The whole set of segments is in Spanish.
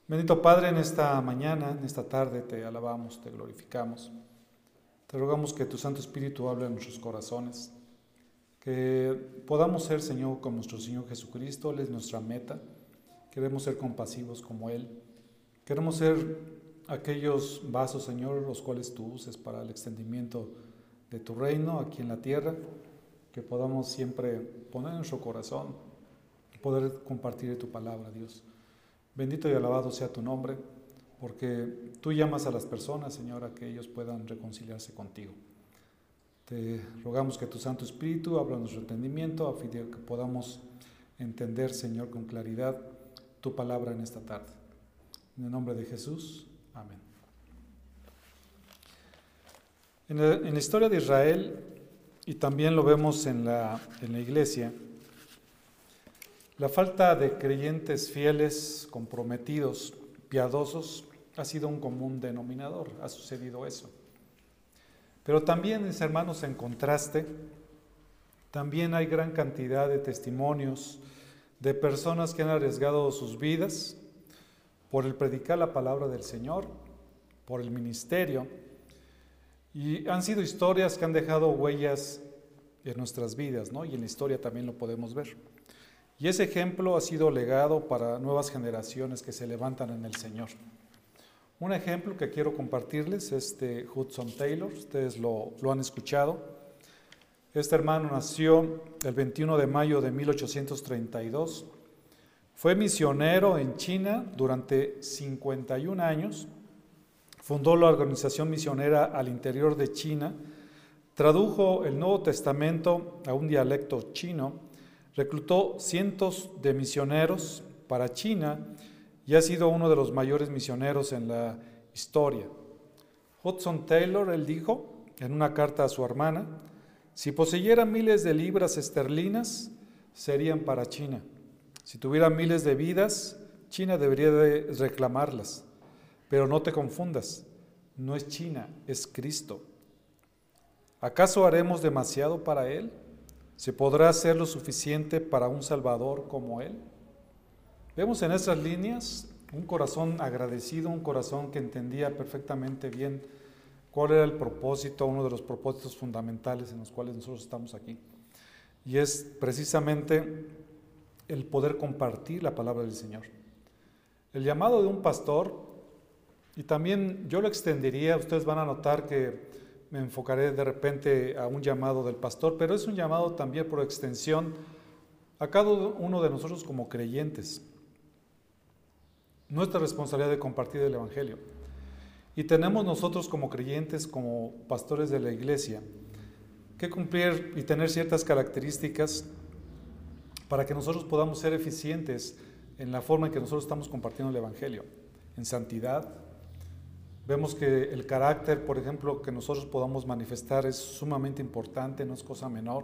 Bendito Padre, en esta mañana, en esta tarde, te alabamos, te glorificamos. Te rogamos que tu Santo Espíritu hable en nuestros corazones, que podamos ser, Señor, como nuestro Señor Jesucristo. Él es nuestra meta. Queremos ser compasivos como Él. Queremos ser aquellos vasos, Señor, los cuales tú uses para el extendimiento de tu reino aquí en la tierra, que podamos siempre poner en nuestro corazón, poder compartir tu palabra, Dios. Bendito y alabado sea tu nombre, porque tú llamas a las personas, Señor, a que ellos puedan reconciliarse contigo. Te rogamos que tu Santo Espíritu abra nuestro entendimiento a fin de que podamos entender, Señor, con claridad tu palabra en esta tarde. En el nombre de Jesús, amén. En la historia de Israel, y también lo vemos en la iglesia, la falta de creyentes fieles, comprometidos, piadosos, ha sido un común denominador, ha sucedido eso. Pero también, mis hermanos, en contraste, también hay gran cantidad de testimonios de personas que han arriesgado sus vidas por el predicar la palabra del Señor, por el ministerio, y han sido historias que han dejado huellas en nuestras vidas, ¿no? Y en la historia también lo podemos ver. Y ese ejemplo ha sido legado para nuevas generaciones que se levantan en el Señor. Un ejemplo que quiero compartirles es de Hudson Taylor. Ustedes lo han escuchado. Este hermano nació el 21 de mayo de 1832. Fue misionero en China durante 51 años. Fundó la organización misionera al interior de China. Tradujo el Nuevo Testamento a un dialecto chino. Reclutó cientos de misioneros para China y ha sido uno de los mayores misioneros en la historia. Hudson Taylor, él dijo en una carta a su hermana, si poseyera miles de libras esterlinas, serían para China. Si tuviera miles de vidas, China debería de reclamarlas. Pero no te confundas, no es China, es Cristo. ¿Acaso haremos demasiado para Él? ¿Se podrá hacer lo suficiente para un Salvador como Él? Vemos en estas líneas un corazón agradecido, un corazón que entendía perfectamente bien cuál era el propósito, uno de los propósitos fundamentales en los cuales nosotros estamos aquí. Y es precisamente el poder compartir la palabra del Señor. El llamado de un pastor, y también yo lo extendería, ustedes van a notar que me enfocaré de repente a un llamado del pastor, pero es un llamado también por extensión a cada uno de nosotros como creyentes. Nuestra responsabilidad de compartir el Evangelio. Y tenemos nosotros como creyentes, como pastores de la iglesia, que cumplir y tener ciertas características para que nosotros podamos ser eficientes en la forma en que nosotros estamos compartiendo el Evangelio, en santidad. Vemos que el carácter, por ejemplo, que nosotros podamos manifestar es sumamente importante, no es cosa menor.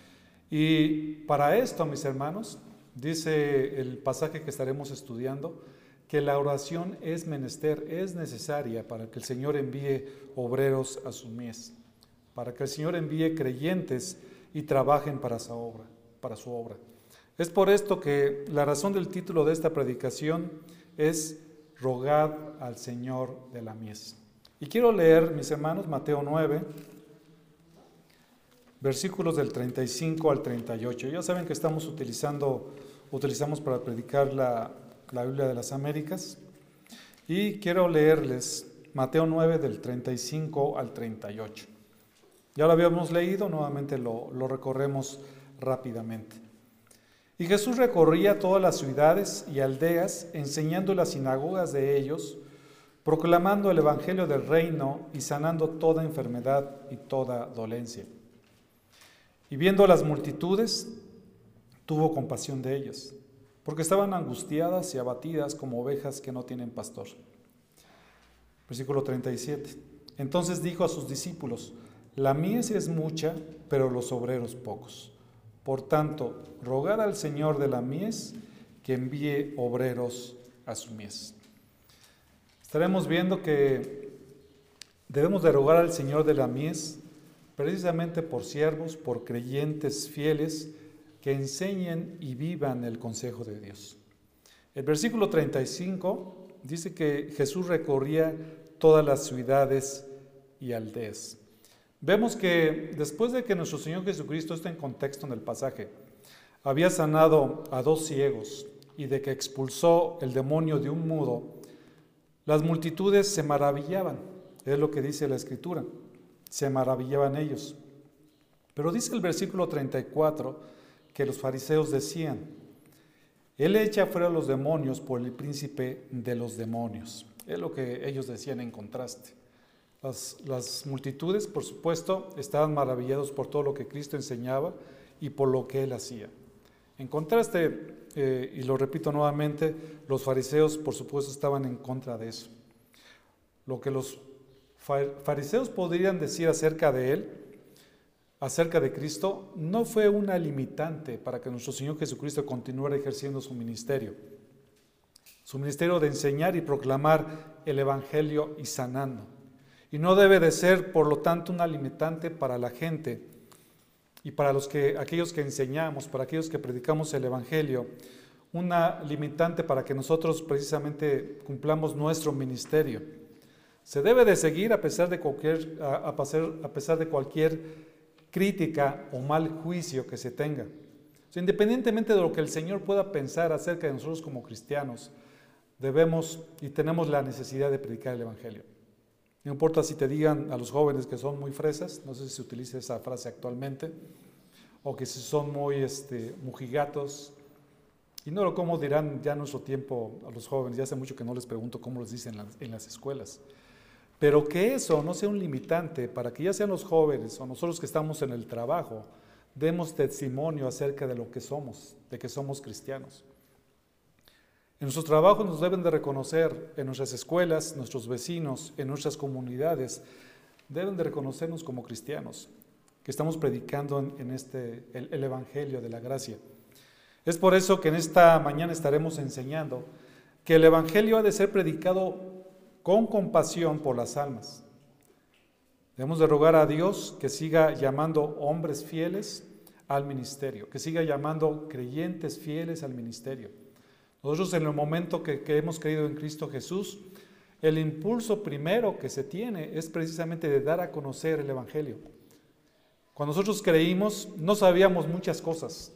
Y para esto, mis hermanos, dice el pasaje que estaremos estudiando, que la oración es menester, es necesaria para que el Señor envíe obreros a su mies, para que el Señor envíe creyentes y trabajen para su obra. Es por esto que la razón del título de esta predicación es rogad al Señor de la mies. Y quiero leer, mis hermanos, Mateo 9, versículos del 35 al 38. Ya saben que utilizamos para predicar la Biblia de las Américas. Y quiero leerles Mateo 9, del 35 al 38. Ya lo habíamos leído, nuevamente lo recorremos rápidamente. Y Jesús recorría todas las ciudades y aldeas, enseñando en las sinagogas de ellos, proclamando el evangelio del reino y sanando toda enfermedad y toda dolencia. Y viendo las multitudes, tuvo compasión de ellas, porque estaban angustiadas y abatidas como ovejas que no tienen pastor. Versículo 37. Entonces dijo a sus discípulos, la mies es mucha, pero los obreros pocos. Por tanto, rogad al Señor de la mies que envíe obreros a su mies. Estaremos viendo que debemos de rogar al Señor de la mies precisamente por siervos, por creyentes fieles que enseñen y vivan el consejo de Dios. El versículo 35 Dice que Jesús recorría todas las ciudades y aldeas. Vemos que después de que nuestro Señor Jesucristo, está en contexto en el pasaje, había sanado a 2 ciegos y de que expulsó el demonio de un mudo, las multitudes se maravillaban, es lo que dice la Escritura, se maravillaban ellos. Pero dice el versículo 34 que los fariseos decían: Él echa fuera a los demonios por el príncipe de los demonios. Es lo que ellos decían en contraste. Las multitudes, por supuesto, estaban maravillados por todo lo que Cristo enseñaba y por lo que Él hacía. En contraste, y lo repito nuevamente, los fariseos, por supuesto, estaban en contra de eso. Lo que los fariseos podrían decir acerca de Él, acerca de Cristo, no fue una limitante para que nuestro Señor Jesucristo continuara ejerciendo su ministerio de enseñar y proclamar el Evangelio y sanando. Y no debe de ser, por lo tanto, una limitante para la gente y para aquellos que enseñamos, para aquellos que predicamos el Evangelio, una limitante para que nosotros precisamente cumplamos nuestro ministerio. Se debe de seguir a pesar de cualquier crítica o mal juicio que se tenga. O sea, independientemente de lo que el Señor pueda pensar acerca de nosotros como cristianos, debemos y tenemos la necesidad de predicar el Evangelio. No importa si te digan a los jóvenes que son muy fresas, no sé si se utiliza esa frase actualmente, o que si son muy mojigatos, y no lo como dirán ya en nuestro tiempo a los jóvenes, ya hace mucho que no les pregunto cómo les dicen en las escuelas, pero que eso no sea un limitante para que ya sean los jóvenes o nosotros que estamos en el trabajo, demos testimonio acerca de lo que somos, de que somos cristianos. En nuestros trabajos nos deben de reconocer, en nuestras escuelas, nuestros vecinos, en nuestras comunidades, deben de reconocernos como cristianos, que estamos predicando el Evangelio de la gracia. Es por eso que en esta mañana estaremos enseñando que el Evangelio ha de ser predicado con compasión por las almas. Debemos de rogar a Dios que siga llamando hombres fieles al ministerio, que siga llamando creyentes fieles al ministerio. Nosotros en el momento que hemos creído en Cristo Jesús, el impulso primero que se tiene es precisamente de dar a conocer el Evangelio. Cuando nosotros creímos, no sabíamos muchas cosas,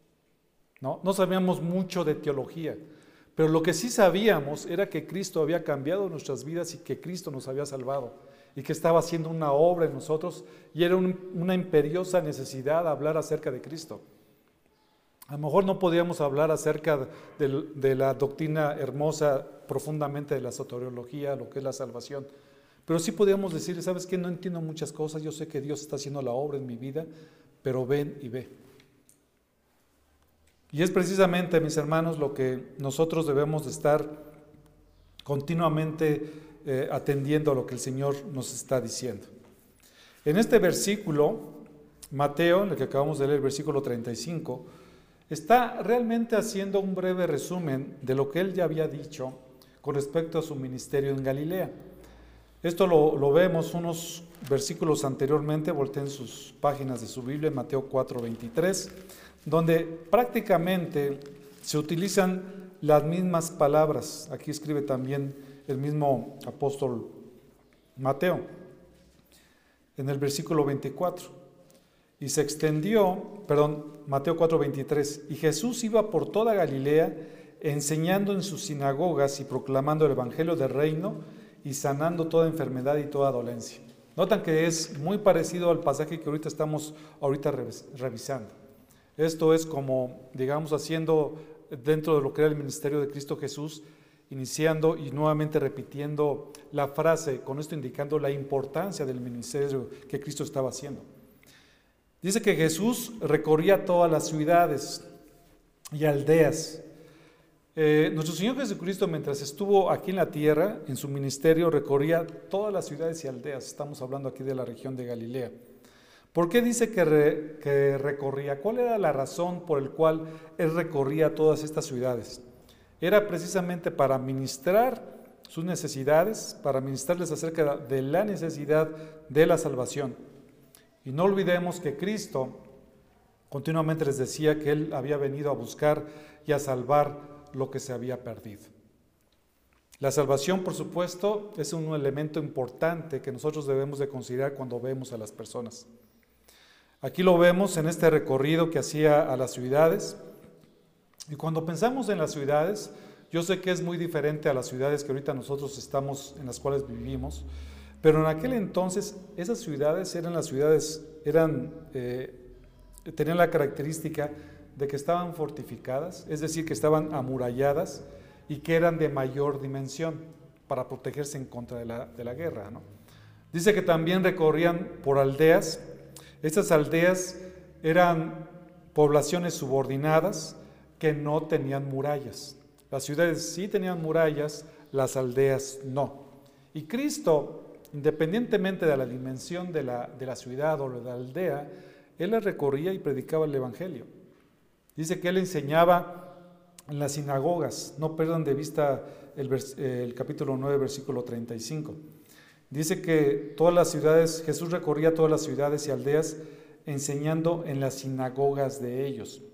no sabíamos mucho de teología, pero lo que sí sabíamos era que Cristo había cambiado nuestras vidas y que Cristo nos había salvado y que estaba haciendo una obra en nosotros y era una imperiosa necesidad hablar acerca de Cristo. A lo mejor no podíamos hablar acerca de la doctrina hermosa profundamente de la soteriología, lo que es la salvación, pero sí podíamos decir, ¿sabes qué? No entiendo muchas cosas, yo sé que Dios está haciendo la obra en mi vida, pero ven y ve. Y es precisamente, mis hermanos, lo que nosotros debemos de estar continuamente atendiendo a lo que el Señor nos está diciendo. En este versículo, Mateo, en el que acabamos de leer, versículo 35, está realmente haciendo un breve resumen de lo que él ya había dicho con respecto a su ministerio en Galilea. Esto lo vemos unos versículos anteriormente, volteen sus páginas de su Biblia, Mateo 4:23, donde prácticamente se utilizan las mismas palabras. Aquí escribe también el mismo apóstol Mateo, en el versículo 24. Y se extendió, Mateo 4:23, y Jesús iba por toda Galilea, enseñando en sus sinagogas y proclamando el evangelio del reino y sanando toda enfermedad y toda dolencia. Notan que es muy parecido al pasaje que estamos revisando. Esto es como, digamos, haciendo dentro de lo que era el ministerio de Cristo Jesús, iniciando y nuevamente repitiendo la frase, con esto indicando la importancia del ministerio que Cristo estaba haciendo. Dice que Jesús recorría todas las ciudades y aldeas. Nuestro Señor Jesucristo, mientras estuvo aquí en la tierra, en su ministerio, recorría todas las ciudades y aldeas. Estamos hablando aquí de la región de Galilea. ¿Por qué dice que recorría? ¿Cuál era la razón por la cual Él recorría todas estas ciudades? Era precisamente para ministrar sus necesidades, para ministrarles acerca de la necesidad de la salvación. Y no olvidemos que Cristo continuamente les decía que Él había venido a buscar y a salvar lo que se había perdido. La salvación, por supuesto, es un elemento importante que nosotros debemos de considerar cuando vemos a las personas. Aquí lo vemos en este recorrido que hacía a las ciudades. Y cuando pensamos en las ciudades, yo sé que es muy diferente a las ciudades que ahorita nosotros estamos, en las cuales vivimos, pero en aquel entonces esas ciudades tenían la característica de que estaban fortificadas, es decir, que estaban amuralladas y que eran de mayor dimensión para protegerse en contra de la guerra, ¿no? Dice que también recorrían por aldeas. Estas aldeas eran poblaciones subordinadas que no tenían murallas. Las ciudades sí tenían murallas, las aldeas no. Y Cristo, independientemente de la dimensión de la ciudad o de la aldea, Él la recorría y predicaba el Evangelio. Dice que Él enseñaba en las sinagogas. No pierdan de vista el capítulo 9, versículo 35. Dice que todas las ciudades, Jesús recorría todas las ciudades y aldeas enseñando en las sinagogas de ellos.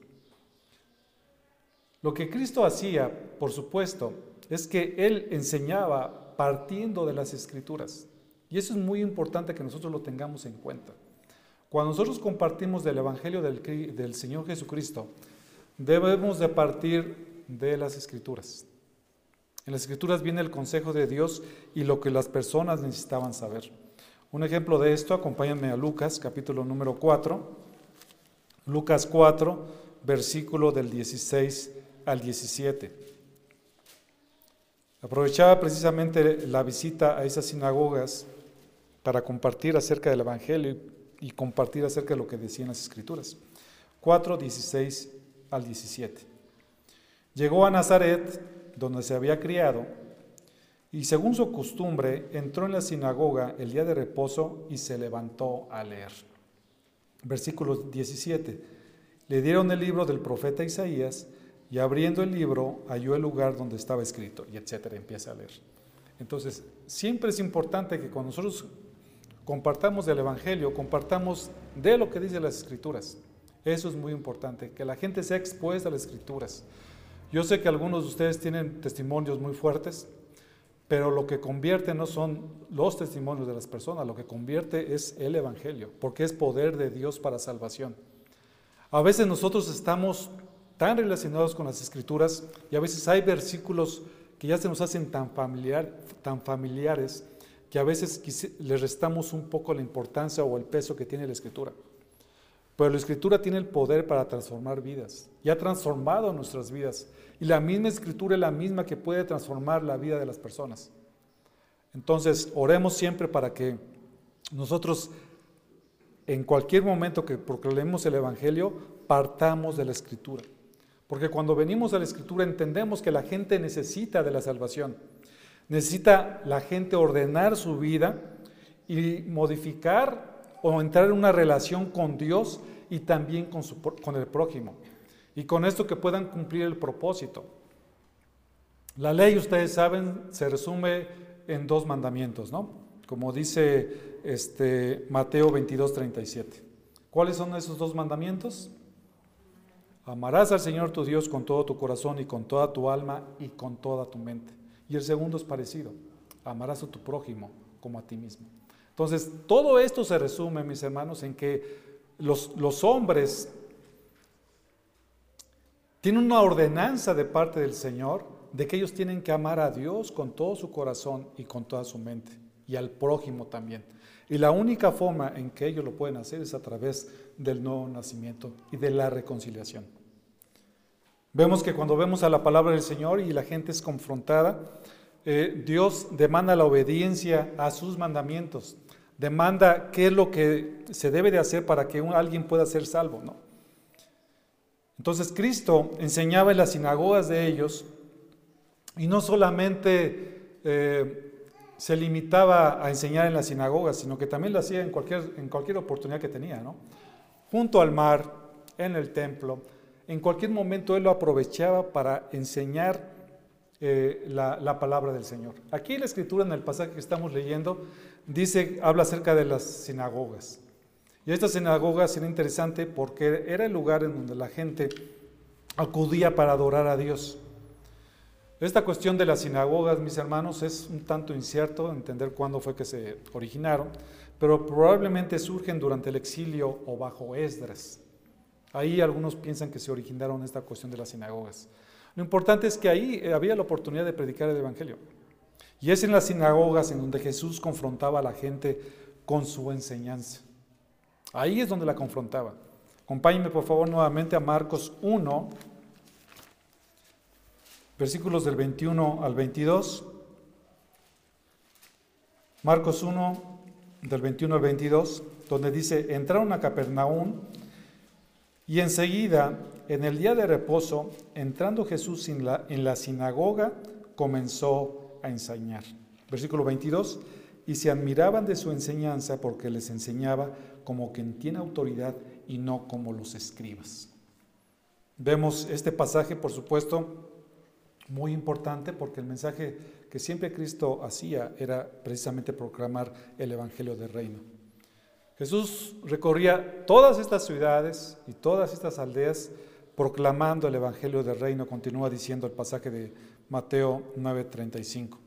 Lo que Cristo hacía, por supuesto, es que Él enseñaba partiendo de las Escrituras. Y eso es muy importante que nosotros lo tengamos en cuenta. Cuando nosotros compartimos del Evangelio del Señor Jesucristo, debemos de partir de las Escrituras. En las Escrituras viene el consejo de Dios y lo que las personas necesitaban saber. Un ejemplo de esto, acompáñenme a Lucas, capítulo número 4. Lucas 4, versículo del 16 al 17. Aprovechaba precisamente la visita a esas sinagogas para compartir acerca del Evangelio y compartir acerca de lo que decían las Escrituras. 4, 16 al 17. Llegó a Nazaret, donde se había criado, y según su costumbre, entró en la sinagoga el día de reposo y se levantó a leer. Versículo 17. Le dieron el libro del profeta Isaías, y abriendo el libro, halló el lugar donde estaba escrito, y etcétera, empieza a leer. Entonces, siempre es importante que cuando nosotros compartamos del Evangelio, compartamos de lo que dicen las Escrituras. Eso es muy importante, que la gente sea expuesta a las Escrituras. Yo sé que algunos de ustedes tienen testimonios muy fuertes, pero lo que convierte no son los testimonios de las personas, lo que convierte es el Evangelio, porque es poder de Dios para salvación. A veces nosotros estamos tan relacionados con las Escrituras y a veces hay versículos que ya se nos hacen tan familiares que a veces le restamos un poco la importancia o el peso que tiene la Escritura. Pero la Escritura tiene el poder para transformar vidas y ha transformado nuestras vidas. Y la misma Escritura es la misma que puede transformar la vida de las personas. Entonces, oremos siempre para que nosotros, en cualquier momento que proclamemos el Evangelio, partamos de la Escritura. Porque cuando venimos a la Escritura entendemos que la gente necesita de la salvación. Necesita la gente ordenar su vida y modificar o entrar en una relación con Dios y también con el prójimo. Y con esto que puedan cumplir el propósito. La ley, ustedes saben, se resume en 2 mandamientos, ¿no? Como dice Mateo 22:37. ¿Cuáles son esos 2 mandamientos? Amarás al Señor tu Dios con todo tu corazón y con toda tu alma y con toda tu mente. Y el segundo es parecido. Amarás a tu prójimo como a ti mismo. Entonces, todo esto se resume, mis hermanos, en que los hombres tienen una ordenanza de parte del Señor de que ellos tienen que amar a Dios con todo su corazón y con toda su mente, y al prójimo también. Y la única forma en que ellos lo pueden hacer es a través del nuevo nacimiento y de la reconciliación. Vemos que cuando vemos a la palabra del Señor y la gente es confrontada, Dios demanda la obediencia a sus mandamientos, demanda qué es lo que se debe de hacer para que alguien pueda ser salvo, ¿no? Entonces Cristo enseñaba en las sinagogas de ellos y no solamente se limitaba a enseñar en las sinagogas, sino que también lo hacía en cualquier oportunidad que tenía, ¿no? Junto al mar, en el templo, en cualquier momento Él lo aprovechaba para enseñar la palabra del Señor. Aquí en la Escritura, en el pasaje que estamos leyendo, habla acerca de las sinagogas. Y esta sinagoga era interesante porque era el lugar en donde la gente acudía para adorar a Dios. Esta cuestión de las sinagogas, mis hermanos, es un tanto incierto entender cuándo fue que se originaron, pero probablemente surgen durante el exilio o bajo Esdras. Ahí algunos piensan que se originaron esta cuestión de las sinagogas. Lo importante es que ahí había la oportunidad de predicar el Evangelio. Y es en las sinagogas en donde Jesús confrontaba a la gente con su enseñanza. Ahí es donde la confrontaba. Acompáñenme por favor nuevamente a Marcos 1, versículos del 21 al 22. Marcos 1, del 21 al 22, donde dice: entraron a Capernaum y enseguida, en el día de reposo, entrando Jesús en la sinagoga, comenzó a enseñar. Versículo 22, y se admiraban de su enseñanza porque les enseñaba como quien tiene autoridad y no como los escribas. Vemos este pasaje, por supuesto, muy importante porque el mensaje que siempre Cristo hacía era precisamente proclamar el Evangelio del Reino. Jesús recorría todas estas ciudades y todas estas aldeas proclamando el Evangelio del Reino, continúa diciendo el pasaje de Mateo 9:35.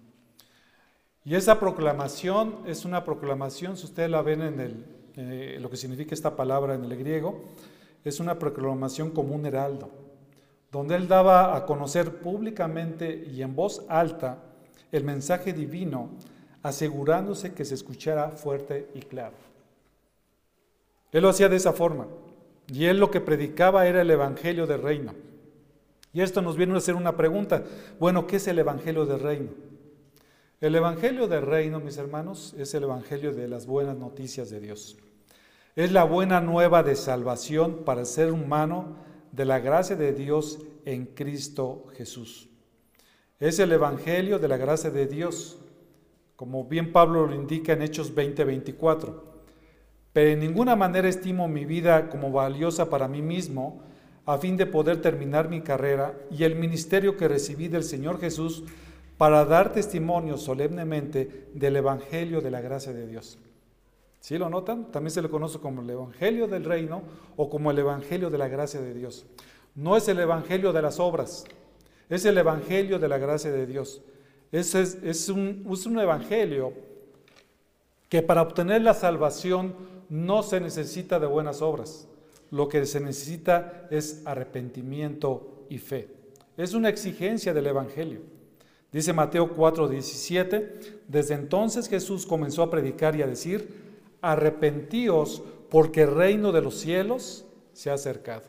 Y esa proclamación es una proclamación, si ustedes la ven en lo que significa esta palabra en el griego, es una proclamación como un heraldo, donde él daba a conocer públicamente y en voz alta el mensaje divino, asegurándose que se escuchara fuerte y claro. Él lo hacía de esa forma, y él lo que predicaba era el Evangelio del Reino. Y esto nos viene a hacer una pregunta: bueno, ¿qué es el Evangelio del Reino? El Evangelio del Reino, mis hermanos, es el Evangelio de las buenas noticias de Dios. Es la buena nueva de salvación para el ser humano de la gracia de Dios en Cristo Jesús. Es el Evangelio de la gracia de Dios, como bien Pablo lo indica en Hechos 20:24. Pero en ninguna manera estimo mi vida como valiosa para mí mismo, a fin de poder terminar mi carrera y el ministerio que recibí del Señor Jesús para dar testimonio solemnemente del Evangelio de la gracia de Dios. ¿Sí lo notan? También se le conoce como el Evangelio del Reino o como el Evangelio de la gracia de Dios. No es el Evangelio de las obras, es el Evangelio de la gracia de Dios. Es un Evangelio que para obtener la salvación no se necesita de buenas obras. Lo que se necesita es arrepentimiento y fe. Es una exigencia del Evangelio. Dice Mateo 4:17, desde entonces Jesús comenzó a predicar y a decir: arrepentíos porque el reino de los cielos se ha acercado.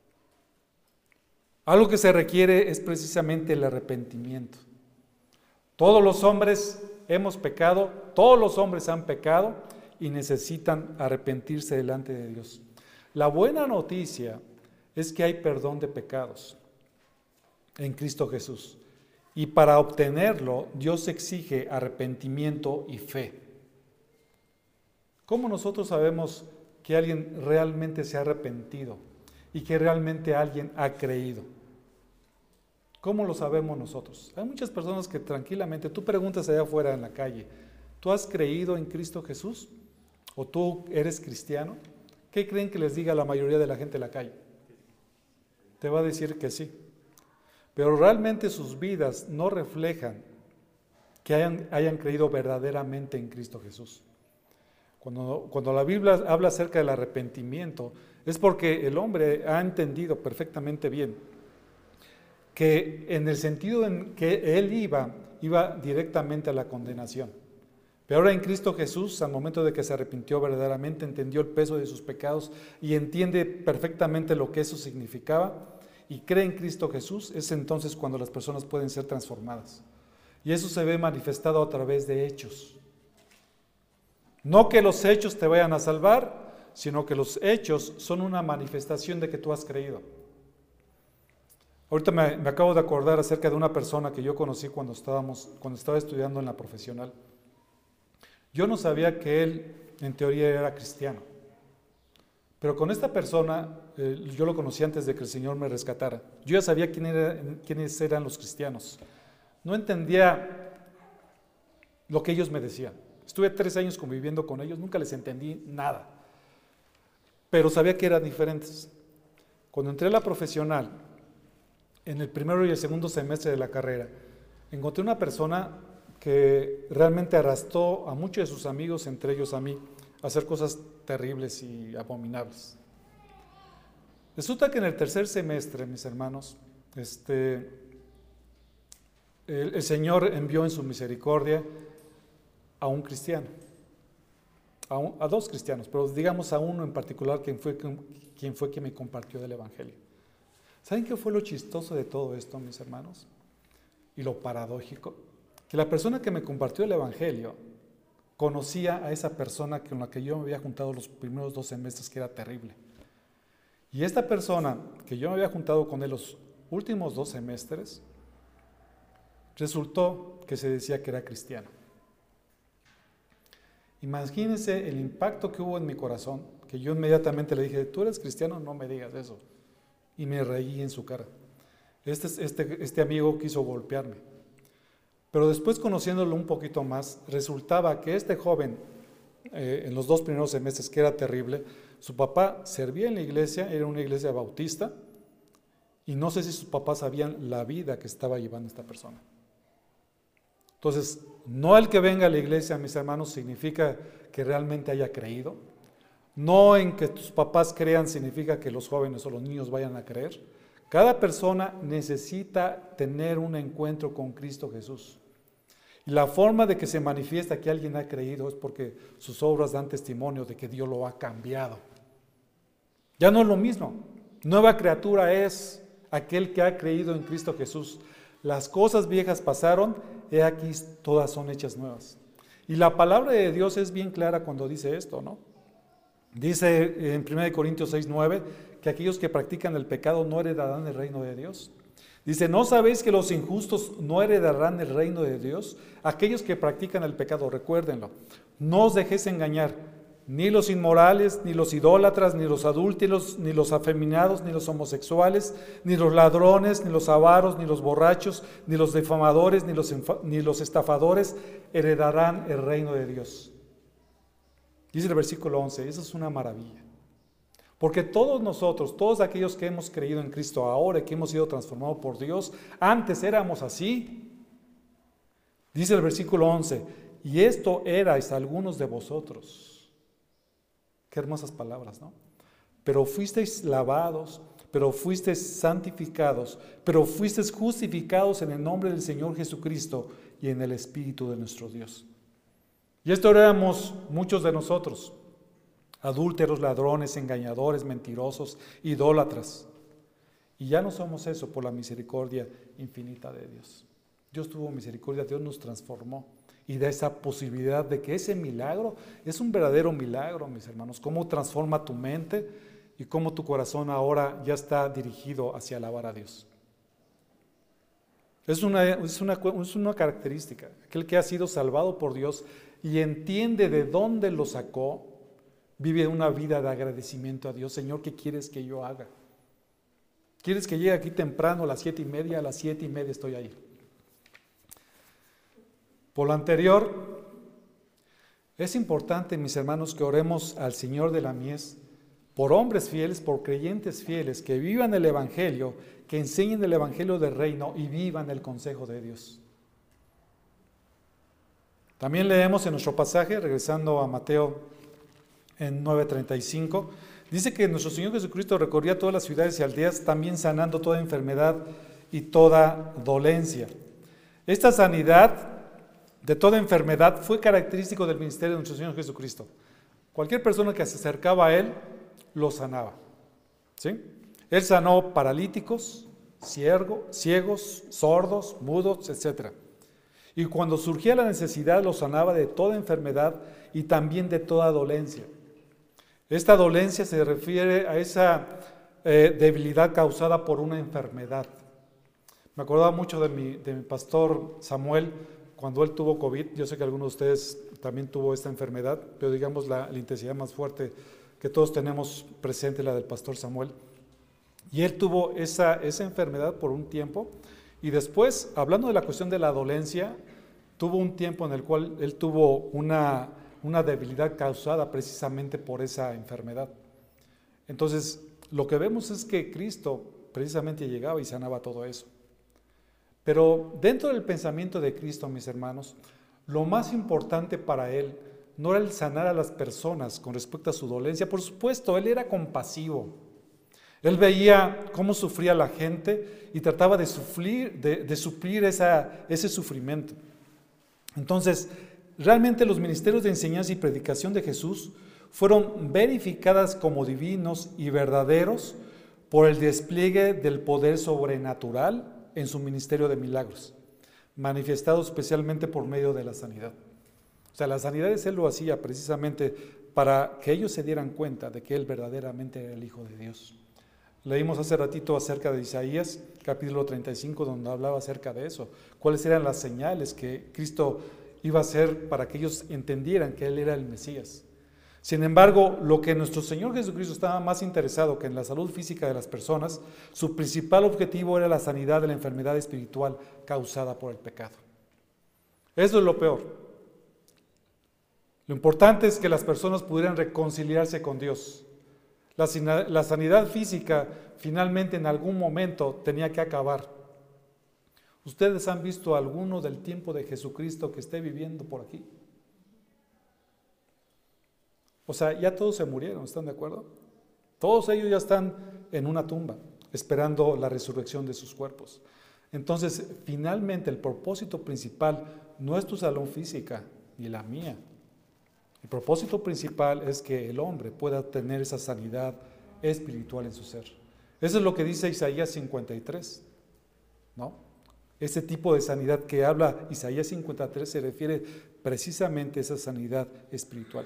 Algo que se requiere es precisamente el arrepentimiento. Todos los hombres hemos pecado, todos los hombres han pecado y necesitan arrepentirse delante de Dios. La buena noticia es que hay perdón de pecados en Cristo Jesús. Y para obtenerlo, Dios exige arrepentimiento y fe. ¿Cómo nosotros sabemos que alguien realmente se ha arrepentido y que realmente alguien ha creído? ¿Cómo lo sabemos nosotros? Hay muchas personas que tranquilamente, tú preguntas allá afuera en la calle, ¿tú has creído en Cristo Jesús? ¿O tú eres cristiano? ¿Qué creen que les diga la mayoría de la gente en la calle? Te va a decir que sí. Pero realmente sus vidas no reflejan que hayan creído verdaderamente en Cristo Jesús. Cuando la Biblia habla acerca del arrepentimiento, es porque el hombre ha entendido perfectamente bien que en el sentido en que él iba directamente a la condenación. Pero ahora en Cristo Jesús, al momento de que se arrepintió verdaderamente, entendió el peso de sus pecados y entiende perfectamente lo que eso significaba y cree en Cristo Jesús, es entonces cuando las personas pueden ser transformadas. Y eso se ve manifestado a través de hechos. No que los hechos te vayan a salvar, sino que los hechos son una manifestación de que tú has creído. Ahorita me acabo de acordar acerca de una persona que yo conocí cuando estaba estudiando en la profesional. Yo no sabía que él, en teoría, era cristiano. Pero con esta persona, yo lo conocí antes de que el Señor me rescatara. Yo ya sabía quiénes eran los cristianos. No entendía lo que ellos me decían. Estuve 3 años conviviendo con ellos, nunca les entendí nada. Pero sabía que eran diferentes. Cuando entré a la profesional, en el primero y el segundo semestre de la carrera, encontré una persona que realmente arrastró a muchos de sus amigos, entre ellos a mí, a hacer cosas terribles y abominables. Resulta que en el tercer semestre, mis hermanos, el Señor envió en su misericordia a un cristiano, a dos cristianos, pero digamos a uno en particular quien fue quien me compartió del Evangelio. ¿Saben qué fue lo chistoso de todo esto, mis hermanos? Y lo paradójico, que la persona que me compartió el Evangelio conocía a esa persona con la que yo me había juntado los primeros 2 semestres, que era terrible. Y esta persona que yo me había juntado con él los últimos 2 semestres, resultó que se decía que era cristiano. Imagínense el impacto que hubo en mi corazón, que yo inmediatamente le dije, ¿tú eres cristiano? No me digas eso. Y me reí en su cara. Este amigo quiso golpearme. Pero después, conociéndolo un poquito más, resultaba que este joven, en los 2 primeros semestres, que era terrible, su papá servía en la iglesia, era una iglesia bautista, y no sé si sus papás sabían la vida que estaba llevando esta persona. Entonces, no el que venga a la iglesia, mis hermanos, significa que realmente haya creído. No en que tus papás crean significa que los jóvenes o los niños vayan a creer. Cada persona necesita tener un encuentro con Cristo Jesús. Y la forma de que se manifiesta que alguien ha creído es porque sus obras dan testimonio de que Dios lo ha cambiado. Ya no es lo mismo. Nueva criatura es aquel que ha creído en Cristo Jesús. Las cosas viejas pasaron, he aquí todas son hechas nuevas. Y la palabra de Dios es bien clara cuando dice esto, ¿no? Dice en 1 Corintios 6:9 que aquellos que practican el pecado no heredarán el reino de Dios. Dice, ¿no sabéis que los injustos no heredarán el reino de Dios? Aquellos que practican el pecado, recuérdenlo, no os dejéis engañar, ni los inmorales, ni los idólatras, ni los adúlteros, ni los afeminados, ni los homosexuales, ni los ladrones, ni los avaros, ni los borrachos, ni los difamadores, ni los estafadores heredarán el reino de Dios. Dice el versículo 11, eso es una maravilla. Porque todos nosotros, todos aquellos que hemos creído en Cristo ahora y que hemos sido transformados por Dios, antes éramos así. Dice el versículo 11, y esto erais algunos de vosotros. Qué hermosas palabras, ¿no? Pero fuisteis lavados, pero fuisteis santificados, pero fuisteis justificados en el nombre del Señor Jesucristo y en el Espíritu de nuestro Dios. Y esto éramos muchos de nosotros, adúlteros, ladrones, engañadores, mentirosos, idólatras. Y ya no somos eso por la misericordia infinita de Dios. Dios tuvo misericordia, Dios nos transformó y da esa posibilidad de que ese milagro es un verdadero milagro, mis hermanos. Cómo transforma tu mente y cómo tu corazón ahora ya está dirigido hacia alabar a Dios. Es una característica. Aquel que ha sido salvado por Dios y entiende de dónde lo sacó, vive una vida de agradecimiento a Dios. Señor, ¿qué quieres que yo haga? ¿Quieres que llegue aquí temprano a las 7:30? A las 7:30 estoy ahí. Por lo anterior, es importante, mis hermanos, que oremos al Señor de la mies por hombres fieles, por creyentes fieles, que vivan el Evangelio, que enseñen el Evangelio del reino y vivan el consejo de Dios. También leemos en nuestro pasaje, regresando a Mateo en 9:35, dice que nuestro Señor Jesucristo recorría todas las ciudades y aldeas, también sanando toda enfermedad y toda dolencia. Esta sanidad de toda enfermedad fue característico del ministerio de nuestro Señor Jesucristo. Cualquier persona que se acercaba a Él, lo sanaba. ¿Sí? Él sanó paralíticos, ciegos, sordos, mudos, etc. Y cuando surgía la necesidad, lo sanaba de toda enfermedad y también de toda dolencia. Esta dolencia se refiere a esa debilidad causada por una enfermedad. Me acordaba mucho de mi pastor Samuel, cuando él tuvo COVID. Yo sé que algunos de ustedes también tuvo esta enfermedad, pero digamos la intensidad más fuerte que todos tenemos presente, la del pastor Samuel. Y él tuvo esa enfermedad por un tiempo, y después, hablando de la cuestión de la dolencia, tuvo un tiempo en el cual él tuvo una debilidad causada precisamente por esa enfermedad. Entonces, lo que vemos es que Cristo precisamente llegaba y sanaba todo eso. Pero dentro del pensamiento de Cristo, mis hermanos, lo más importante para Él no era el sanar a las personas con respecto a su dolencia. Por supuesto, Él era compasivo. Él veía cómo sufría la gente y trataba de suplir ese sufrimiento. Entonces, realmente los ministerios de enseñanza y predicación de Jesús fueron verificadas como divinos y verdaderos por el despliegue del poder sobrenatural en su ministerio de milagros, manifestado especialmente por medio de la sanidad. O sea, las sanidades Él lo hacía precisamente para que ellos se dieran cuenta de que Él verdaderamente era el Hijo de Dios. Leímos hace ratito acerca de Isaías, capítulo 35, donde hablaba acerca de eso. ¿Cuáles eran las señales que Cristo iba a hacer para que ellos entendieran que Él era el Mesías? Sin embargo, lo que nuestro Señor Jesucristo estaba más interesado que en la salud física de las personas, su principal objetivo era la sanidad de la enfermedad espiritual causada por el pecado. Eso es lo peor. Lo importante es que las personas pudieran reconciliarse con Dios. La sanidad física finalmente en algún momento tenía que acabar. ¿Ustedes han visto alguno del tiempo de Jesucristo que esté viviendo por aquí? O sea, ya todos se murieron, ¿están de acuerdo? Todos ellos ya están en una tumba, esperando la resurrección de sus cuerpos. Entonces, finalmente el propósito principal no es tu salud física, ni la mía. El propósito principal es que el hombre pueda tener esa sanidad espiritual en su ser. Eso es lo que dice Isaías 53, ¿no? Ese tipo de sanidad que habla Isaías 53 se refiere precisamente a esa sanidad espiritual.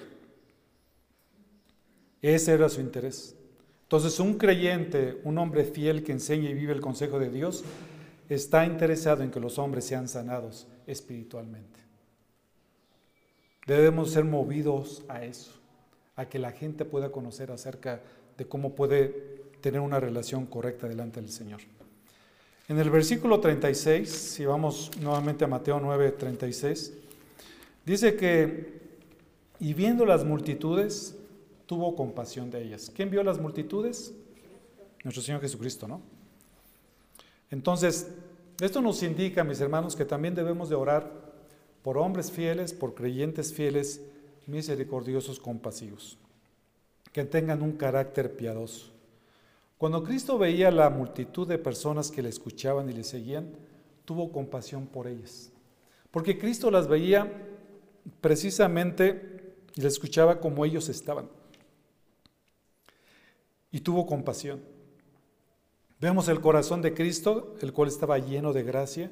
Ese era su interés. Entonces, un creyente, un hombre fiel que enseña y vive el consejo de Dios, está interesado en que los hombres sean sanados espiritualmente. Debemos ser movidos a eso, a que la gente pueda conocer acerca de cómo puede tener una relación correcta delante del Señor. En el versículo 36, si vamos nuevamente a Mateo 9:36, dice que, y viendo las multitudes, tuvo compasión de ellas. ¿Quién vio las multitudes? Nuestro Señor Jesucristo, ¿no? Entonces, esto nos indica, mis hermanos, que también debemos de orar por hombres fieles, por creyentes fieles, misericordiosos, compasivos, que tengan un carácter piadoso. Cuando Cristo veía la multitud de personas que le escuchaban y le seguían, tuvo compasión por ellas, porque Cristo las veía precisamente y las escuchaba como ellos estaban, y tuvo compasión. Vemos el corazón de Cristo, el cual estaba lleno de gracia,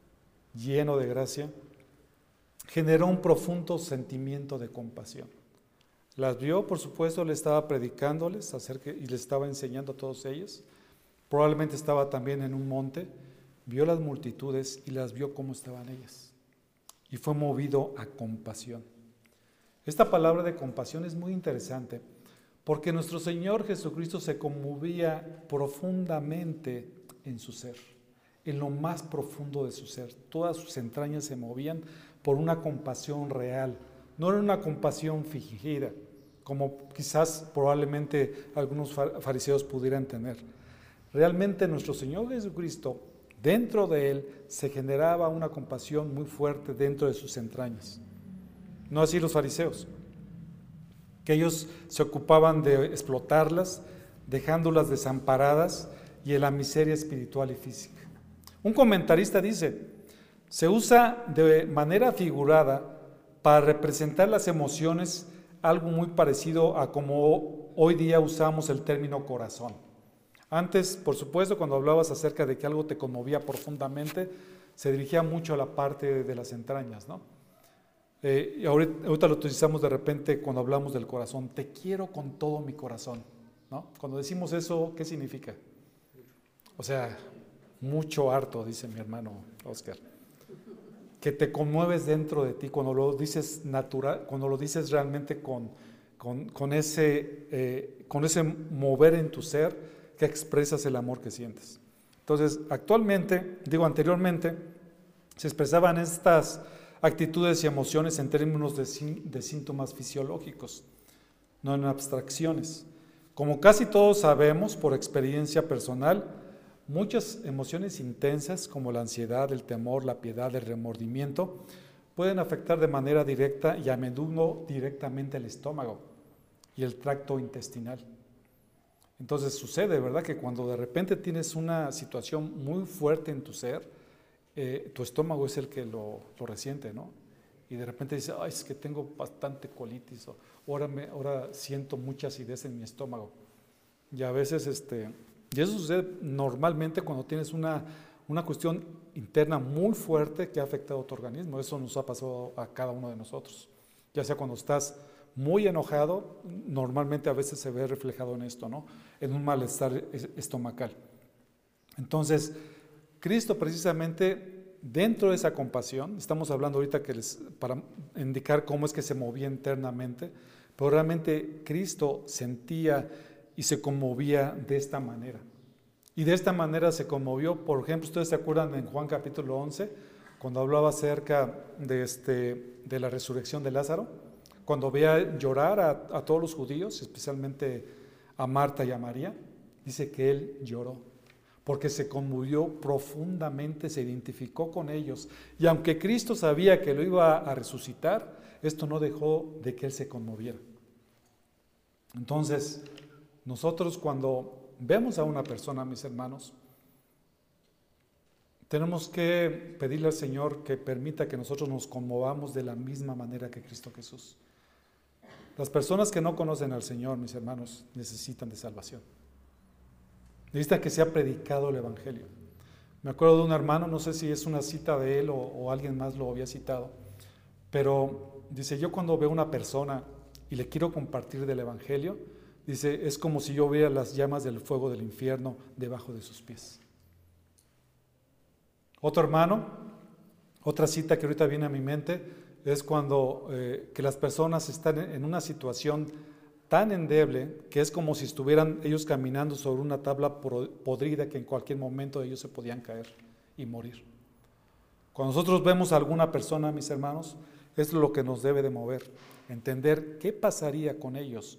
generó un profundo sentimiento de compasión. Las vio, por supuesto, le estaba predicándoles y les estaba enseñando a todos ellos. Probablemente estaba también en un monte, vio las multitudes y las vio cómo estaban ellas. Y fue movido a compasión. Esta palabra de compasión es muy interesante porque nuestro Señor Jesucristo se conmovía profundamente en su ser, en lo más profundo de su ser. Todas sus entrañas se movían por una compasión real, no era una compasión fingida, como quizás probablemente algunos fariseos pudieran tener. Realmente nuestro Señor Jesucristo, dentro de Él, se generaba una compasión muy fuerte dentro de sus entrañas. No así los fariseos, que ellos se ocupaban de explotarlas, dejándolas desamparadas y en la miseria espiritual y física. Un comentarista dice, se usa de manera figurada para representar las emociones, algo muy parecido a como hoy día usamos el término corazón. Antes, por supuesto, cuando hablabas acerca de que algo te conmovía profundamente, se dirigía mucho a la parte de las entrañas, ¿no? Y ahorita lo utilizamos de repente cuando hablamos del corazón. Te quiero con todo mi corazón, ¿no? Cuando decimos eso, ¿qué significa? O sea, mucho harto, dice mi hermano Oscar. Que te conmueves dentro de ti cuando lo dices natural, cuando lo dices realmente con ese mover en tu ser, que expresas el amor que sientes. Entonces, anteriormente, se expresaban estas actitudes y emociones en términos de síntomas fisiológicos, no en abstracciones. Como casi todos sabemos por experiencia personal, muchas emociones intensas como la ansiedad, el temor, la piedad, el remordimiento pueden afectar de manera directa y a menudo directamente el estómago y el tracto intestinal. Entonces sucede, ¿verdad?, que cuando de repente tienes una situación muy fuerte en tu ser, tu estómago es el que lo resiente, ¿no? Y de repente dices, ay, es que tengo bastante colitis, o ahora siento mucha acidez en mi estómago. Y a veces, y eso sucede normalmente cuando tienes una cuestión interna muy fuerte que ha afectado a tu organismo. Eso nos ha pasado a cada uno de nosotros. Ya sea cuando estás muy enojado, normalmente a veces se ve reflejado en esto, ¿no? En un malestar estomacal. Entonces, Cristo precisamente dentro de esa compasión, estamos hablando ahorita para indicar cómo es que se movía internamente, pero realmente Cristo sentía y se conmovía de esta manera. Y de esta manera se conmovió, por ejemplo, ustedes se acuerdan en Juan capítulo 11, cuando hablaba acerca de la resurrección de Lázaro, cuando veía llorar a todos los judíos, especialmente a Marta y a María, dice que él lloró, porque se conmovió profundamente, se identificó con ellos. Y aunque Cristo sabía que lo iba a resucitar, esto no dejó de que él se conmoviera. Entonces, nosotros cuando vemos a una persona, mis hermanos, tenemos que pedirle al Señor que permita que nosotros nos conmovamos de la misma manera que Cristo Jesús. Las personas que no conocen al Señor, mis hermanos, necesitan de salvación. Necesitan que sea predicado el Evangelio. Me acuerdo de un hermano, no sé si es una cita de él o alguien más lo había citado, pero dice, yo cuando veo una persona y le quiero compartir del Evangelio, dice, es como si yo viera las llamas del fuego del infierno debajo de sus pies. Otro hermano, otra cita que ahorita viene a mi mente, es cuando que las personas están en una situación tan endeble que es como si estuvieran ellos caminando sobre una tabla podrida que en cualquier momento ellos se podían caer y morir. Cuando nosotros vemos a alguna persona, mis hermanos, es lo que nos debe de mover, entender qué pasaría con ellos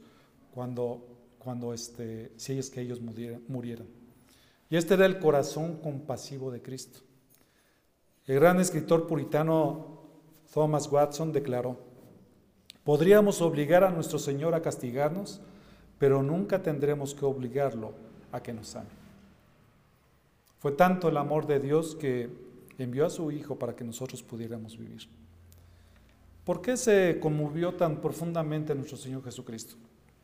si es que ellos murieran. Y este era el corazón compasivo de Cristo. El gran escritor puritano Thomas Watson declaró, podríamos obligar a nuestro Señor a castigarnos, pero nunca tendremos que obligarlo a que nos ame. Fue tanto el amor de Dios que envió a su Hijo para que nosotros pudiéramos vivir. ¿Por qué se conmovió tan profundamente nuestro Señor Jesucristo?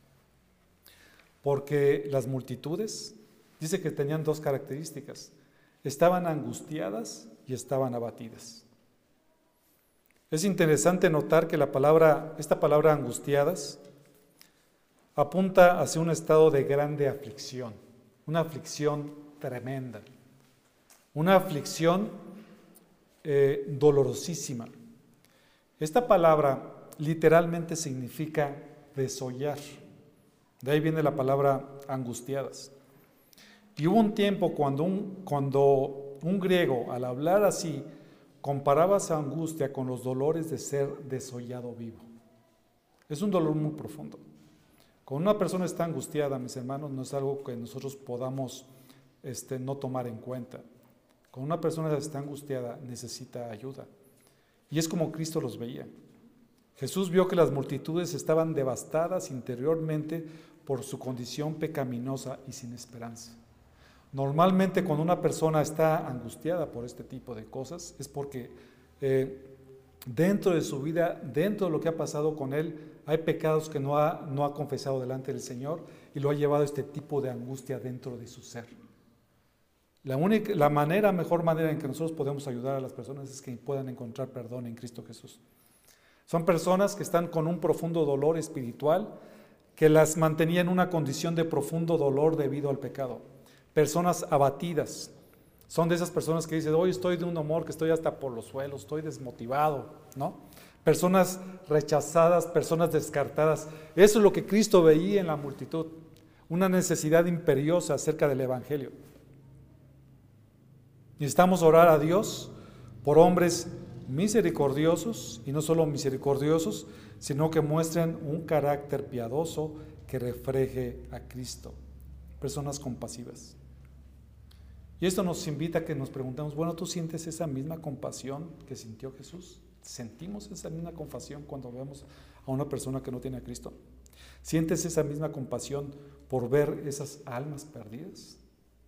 Porque las multitudes, dice que tenían dos características, estaban angustiadas y estaban abatidas. Es interesante notar que esta palabra angustiadas apunta hacia un estado de grande aflicción, una aflicción tremenda, una aflicción dolorosísima. Esta palabra literalmente significa desollar, de ahí viene la palabra angustiadas. Y hubo un tiempo cuando un griego, al hablar así, comparaba esa angustia con los dolores de ser desollado vivo. Es un dolor muy profundo. Cuando una persona está angustiada, mis hermanos, no es algo que nosotros podamos no tomar en cuenta. Cuando una persona está angustiada, necesita ayuda. Y es como Cristo los veía. Jesús vio que las multitudes estaban devastadas interiormente por su condición pecaminosa y sin esperanza. Normalmente cuando una persona está angustiada por este tipo de cosas es porque dentro de su vida, dentro de lo que ha pasado con él, hay pecados que no ha confesado delante del Señor y lo ha llevado a este tipo de angustia dentro de su ser. La mejor manera en que nosotros podemos ayudar a las personas es que puedan encontrar perdón en Cristo Jesús. Son personas que están con un profundo dolor espiritual que las mantenía en una condición de profundo dolor debido al pecado. Personas abatidas, son de esas personas que dicen, hoy estoy de un humor que estoy hasta por los suelos, estoy desmotivado, ¿no? Personas rechazadas, personas descartadas. Eso es lo que Cristo veía en la multitud, una necesidad imperiosa acerca del Evangelio. Necesitamos orar a Dios por hombres misericordiosos, y no solo misericordiosos, sino que muestren un carácter piadoso que refleje a Cristo. Personas compasivas. Y esto nos invita a que nos preguntemos, bueno, ¿tú sientes esa misma compasión que sintió Jesús? ¿Sentimos esa misma compasión cuando vemos a una persona que no tiene a Cristo? ¿Sientes esa misma compasión por ver esas almas perdidas?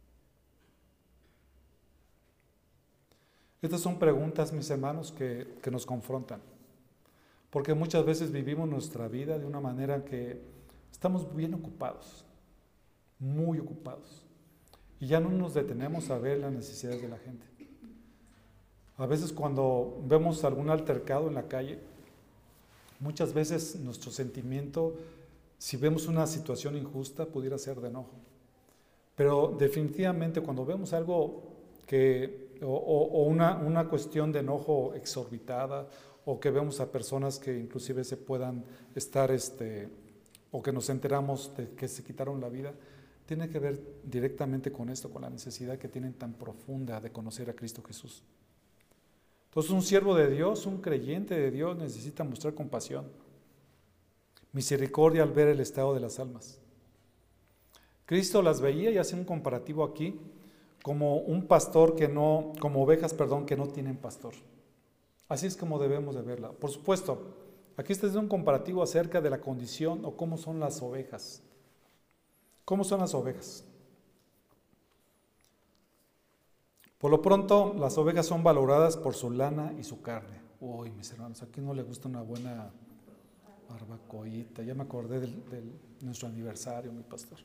Estas son preguntas, mis hermanos, que nos confrontan. Porque muchas veces vivimos nuestra vida de una manera que estamos bien ocupados, muy ocupados. Y ya no nos detenemos a ver las necesidades de la gente. A veces cuando vemos algún altercado en la calle, muchas veces nuestro sentimiento, si vemos una situación injusta, pudiera ser de enojo. Pero definitivamente cuando vemos algo o una cuestión de enojo exorbitada, o que vemos a personas que inclusive se puedan estar, o que nos enteramos de que se quitaron la vida, tiene que ver directamente con esto, con la necesidad que tienen tan profunda de conocer a Cristo Jesús. Entonces un siervo de Dios, un creyente de Dios necesita mostrar compasión, misericordia al ver el estado de las almas. Cristo las veía y hace un comparativo aquí como un pastor como ovejas, que no tienen pastor. Así es como debemos de verla. Por supuesto, aquí está un comparativo acerca de la condición o cómo son las ovejas. ¿Cómo son las ovejas? Por lo pronto, las ovejas son valoradas por su lana y su carne. Uy, mis hermanos, ¿a quién no le gusta una buena barbacoita? Ya me acordé de nuestro aniversario, mi pastor.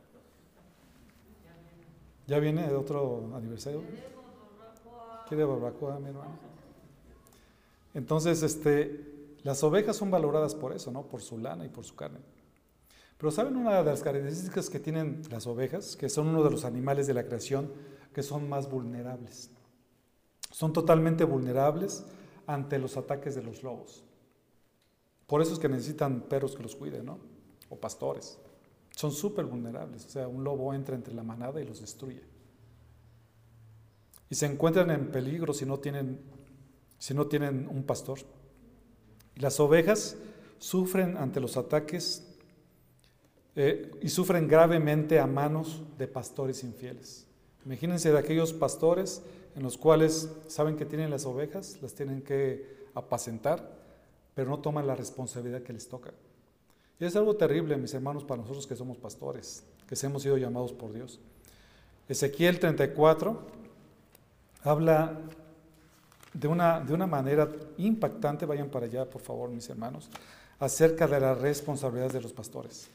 ¿Ya viene otro aniversario? ¿Quiere barbacoa, mi hermano? Entonces, las ovejas son valoradas por eso, ¿no? Por su lana y por su carne. Pero ¿saben una de las características que tienen las ovejas? Que son uno de los animales de la creación que son más vulnerables. Son totalmente vulnerables ante los ataques de los lobos. Por eso es que necesitan perros que los cuiden, ¿no? O pastores. Son súper vulnerables. O sea, un lobo entra entre la manada y los destruye. Y se encuentran en peligro si no tienen un pastor. Y las ovejas sufren ante los ataques y sufren gravemente a manos de pastores infieles. Imagínense de aquellos pastores en los cuales saben que tienen las ovejas, las tienen que apacentar, pero no toman la responsabilidad que les toca. Y es algo terrible, mis hermanos, para nosotros que somos pastores, que hemos sido llamados por Dios. Ezequiel 34 habla de una manera impactante, vayan para allá, por favor, mis hermanos, acerca de las responsabilidades de los pastores.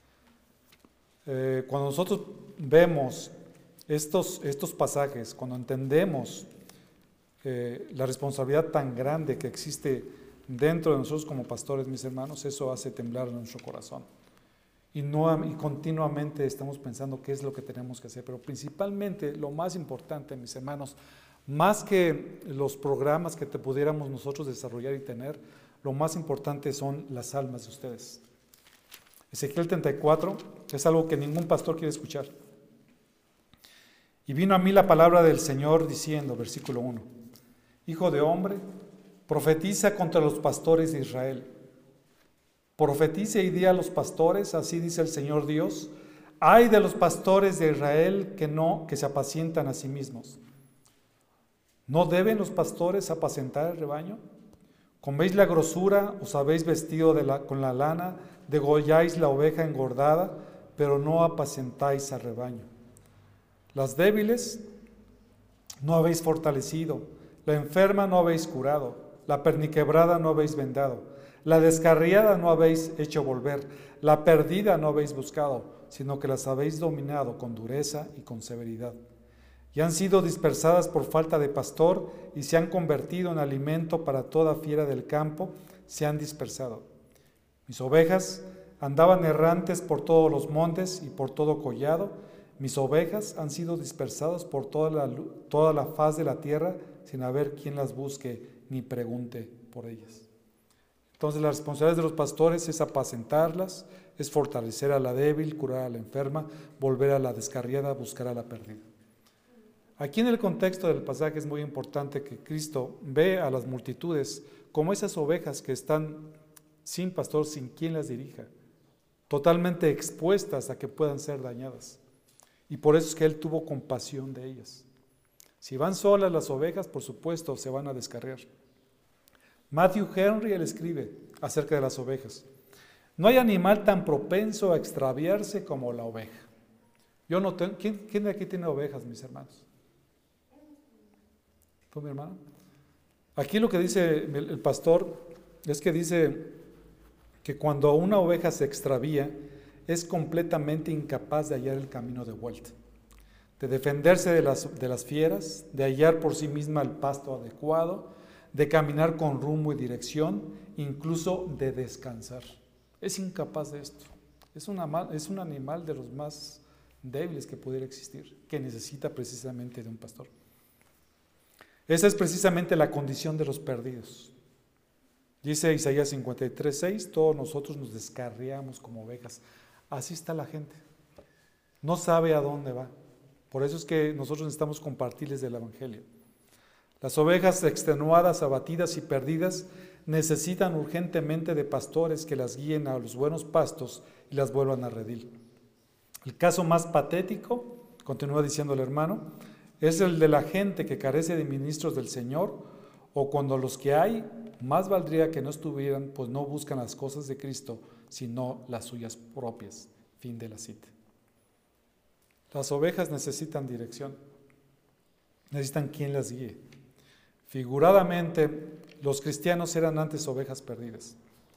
Cuando nosotros vemos estos pasajes, cuando entendemos la responsabilidad tan grande que existe dentro de nosotros como pastores, mis hermanos, eso hace temblar nuestro corazón. Y continuamente estamos pensando qué es lo que tenemos que hacer, pero principalmente lo más importante, mis hermanos, más que los programas que pudiéramos nosotros desarrollar y tener, lo más importante son las almas de ustedes. Ezequiel 34 es algo que ningún pastor quiere escuchar. Y vino a mí la palabra del Señor diciendo, versículo 1, Hijo de hombre, profetiza contra los pastores de Israel. Profetiza y di a los pastores, así dice el Señor Dios, ay de los pastores de Israel que se apacientan a sí mismos. ¿No deben los pastores apacentar el rebaño? ¿Coméis la grosura, os habéis vestido con la lana, degolláis la oveja engordada, pero no apacentáis al rebaño? Las débiles no habéis fortalecido, la enferma no habéis curado, la perniquebrada no habéis vendado, la descarriada no habéis hecho volver, la perdida no habéis buscado, sino que las habéis dominado con dureza y con severidad. Y han sido dispersadas por falta de pastor y se han convertido en alimento para toda fiera del campo, se han dispersado. Mis ovejas andaban errantes por todos los montes y por todo collado. Mis ovejas han sido dispersadas por toda la faz de la tierra sin haber quien las busque ni pregunte por ellas. Entonces la responsabilidad de los pastores es apacentarlas, es fortalecer a la débil, curar a la enferma, volver a la descarriada, buscar a la perdida. Aquí en el contexto del pasaje es muy importante que Cristo ve a las multitudes como esas ovejas que están sin pastor, sin quien las dirija, totalmente expuestas a que puedan ser dañadas. Y por eso es que Él tuvo compasión de ellas. Si van solas las ovejas, por supuesto, se van a descarriar. Matthew Henry, él escribe acerca de las ovejas: no hay animal tan propenso a extraviarse como la oveja. Yo no tengo, ¿quién de aquí tiene ovejas, mis hermanos? ¿Tú, mi hermano? Aquí lo que dice el pastor es que dice que cuando una oveja se extravía, es completamente incapaz de hallar el camino de vuelta, de defenderse de las fieras, de hallar por sí misma el pasto adecuado, de caminar con rumbo y dirección, incluso de descansar. Es incapaz de esto. Es un animal de los más débiles que pudiera existir, que necesita precisamente de un pastor. Esa es precisamente la condición de los perdidos. Dice Isaías 53:6, todos nosotros nos descarriamos como ovejas. Así está la gente. No sabe a dónde va. Por eso es que nosotros necesitamos compartirles del Evangelio. Las ovejas extenuadas, abatidas y perdidas necesitan urgentemente de pastores que las guíen a los buenos pastos y las vuelvan a redil. El caso más patético, continúa diciendo el hermano, es el de la gente que carece de ministros del Señor, o cuando los que hay, más valdría que no estuvieran, pues no buscan las cosas de Cristo, sino las suyas propias. Fin de la cita. Las ovejas necesitan dirección, necesitan quien las guíe. Figuradamente, los cristianos eran antes ovejas perdidas.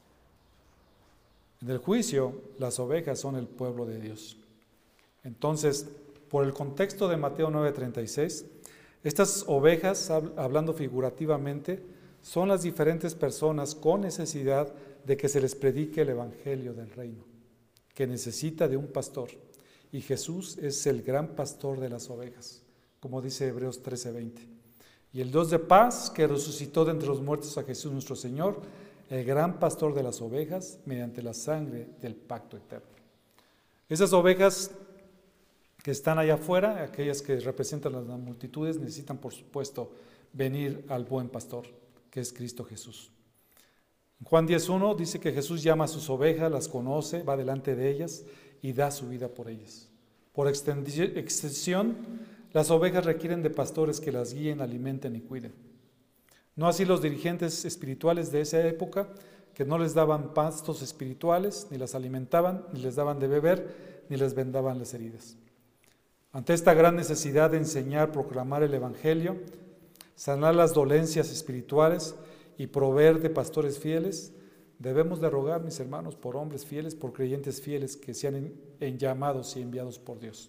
En el juicio, las ovejas son el pueblo de Dios. Entonces, por el contexto de Mateo 9:36, estas ovejas, hablando figurativamente, son las diferentes personas con necesidad de que se les predique el evangelio del reino, que necesita de un pastor. Y Jesús es el gran pastor de las ovejas, como dice Hebreos 13:20. Y el Dios de paz, que resucitó de entre los muertos a Jesús nuestro Señor, el gran pastor de las ovejas, mediante la sangre del pacto eterno. Esas ovejas que están allá afuera, aquellas que representan las multitudes, necesitan, por supuesto, venir al buen pastor, que es Cristo Jesús. En Juan 10:1 dice que Jesús llama a sus ovejas, las conoce, va delante de ellas y da su vida por ellas. Por extensión, las ovejas requieren de pastores que las guíen, alimenten y cuiden. No así los dirigentes espirituales de esa época, que no les daban pastos espirituales, ni las alimentaban, ni les daban de beber, ni les vendaban las heridas. Ante esta gran necesidad de enseñar, proclamar el Evangelio, sanar las dolencias espirituales y proveer de pastores fieles, debemos de rogar, mis hermanos, por hombres fieles, por creyentes fieles que sean llamados y enviados por Dios.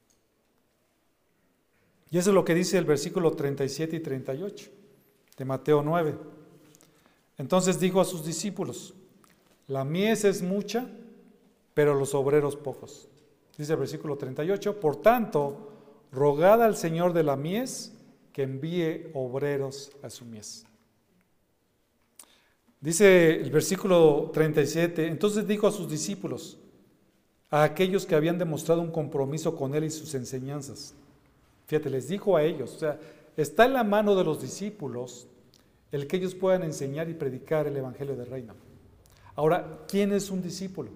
Y eso es lo que dice el versículo 37 y 38 de Mateo 9. Entonces dijo a sus discípulos: la mies es mucha, pero los obreros pocos. Dice el versículo 38, por tanto, rogad al Señor de la mies que envíe obreros a su mies. Dice el versículo 37, entonces dijo a sus discípulos, a aquellos que habían demostrado un compromiso con él y sus enseñanzas. Fíjate, les dijo a ellos, o sea, está en la mano de los discípulos el que ellos puedan enseñar y predicar el evangelio del reino. Ahora, ¿quién es un discípulo?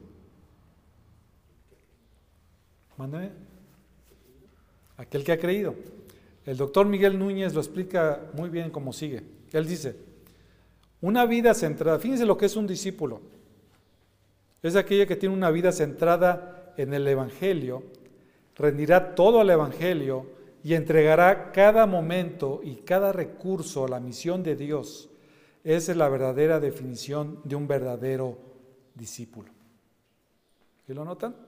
Mándame. Aquel que ha creído. El doctor Miguel Núñez lo explica muy bien como sigue. Él dice, una vida centrada, fíjense lo que es un discípulo. Es aquella que tiene una vida centrada en el evangelio, rendirá todo al evangelio y entregará cada momento y cada recurso a la misión de Dios. Esa es la verdadera definición de un verdadero discípulo. ¿Sí lo notan?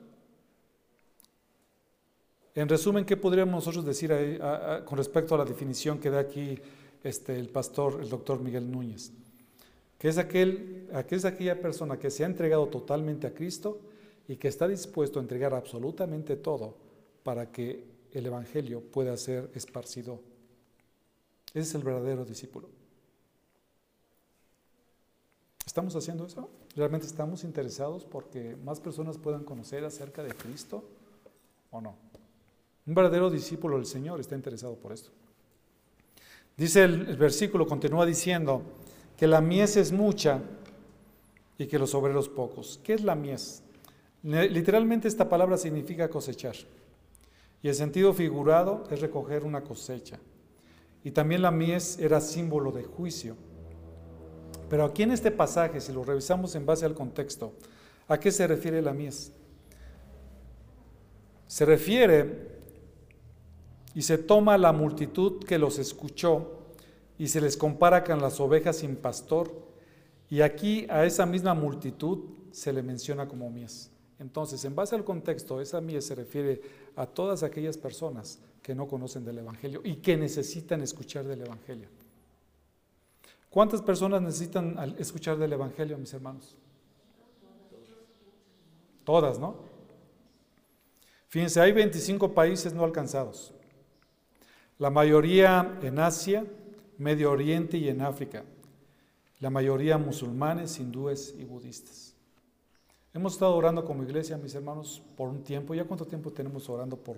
En resumen, ¿qué podríamos nosotros decir con respecto a la definición que da aquí el pastor, el doctor Miguel Núñez? Que es aquella persona que se ha entregado totalmente a Cristo y que está dispuesto a entregar absolutamente todo para que el evangelio pueda ser esparcido. Ese es el verdadero discípulo. ¿Estamos haciendo eso? ¿Realmente estamos interesados porque más personas puedan conocer acerca de Cristo o no? Un verdadero discípulo del Señor está interesado por esto. Dice el versículo, continúa diciendo que la mies es mucha y que los obreros pocos. ¿Qué es la mies? Literalmente esta palabra significa cosechar. Y el sentido figurado es recoger una cosecha. Y también la mies era símbolo de juicio. Pero aquí en este pasaje, si lo revisamos en base al contexto, ¿a qué se refiere la mies? Se refiere y se toma la multitud que los escuchó y se les compara con las ovejas sin pastor, y aquí a esa misma multitud se le menciona como mies. Entonces, en base al contexto, esa mies se refiere a todas aquellas personas que no conocen del Evangelio y que necesitan escuchar del Evangelio. ¿Cuántas personas necesitan escuchar del Evangelio, mis hermanos? Todas, ¿no? Fíjense, hay 25 países no alcanzados. La mayoría en Asia, Medio Oriente y en África. La mayoría musulmanes, hindúes y budistas. Hemos estado orando como iglesia, mis hermanos, por un tiempo. ¿Ya cuánto tiempo tenemos orando por?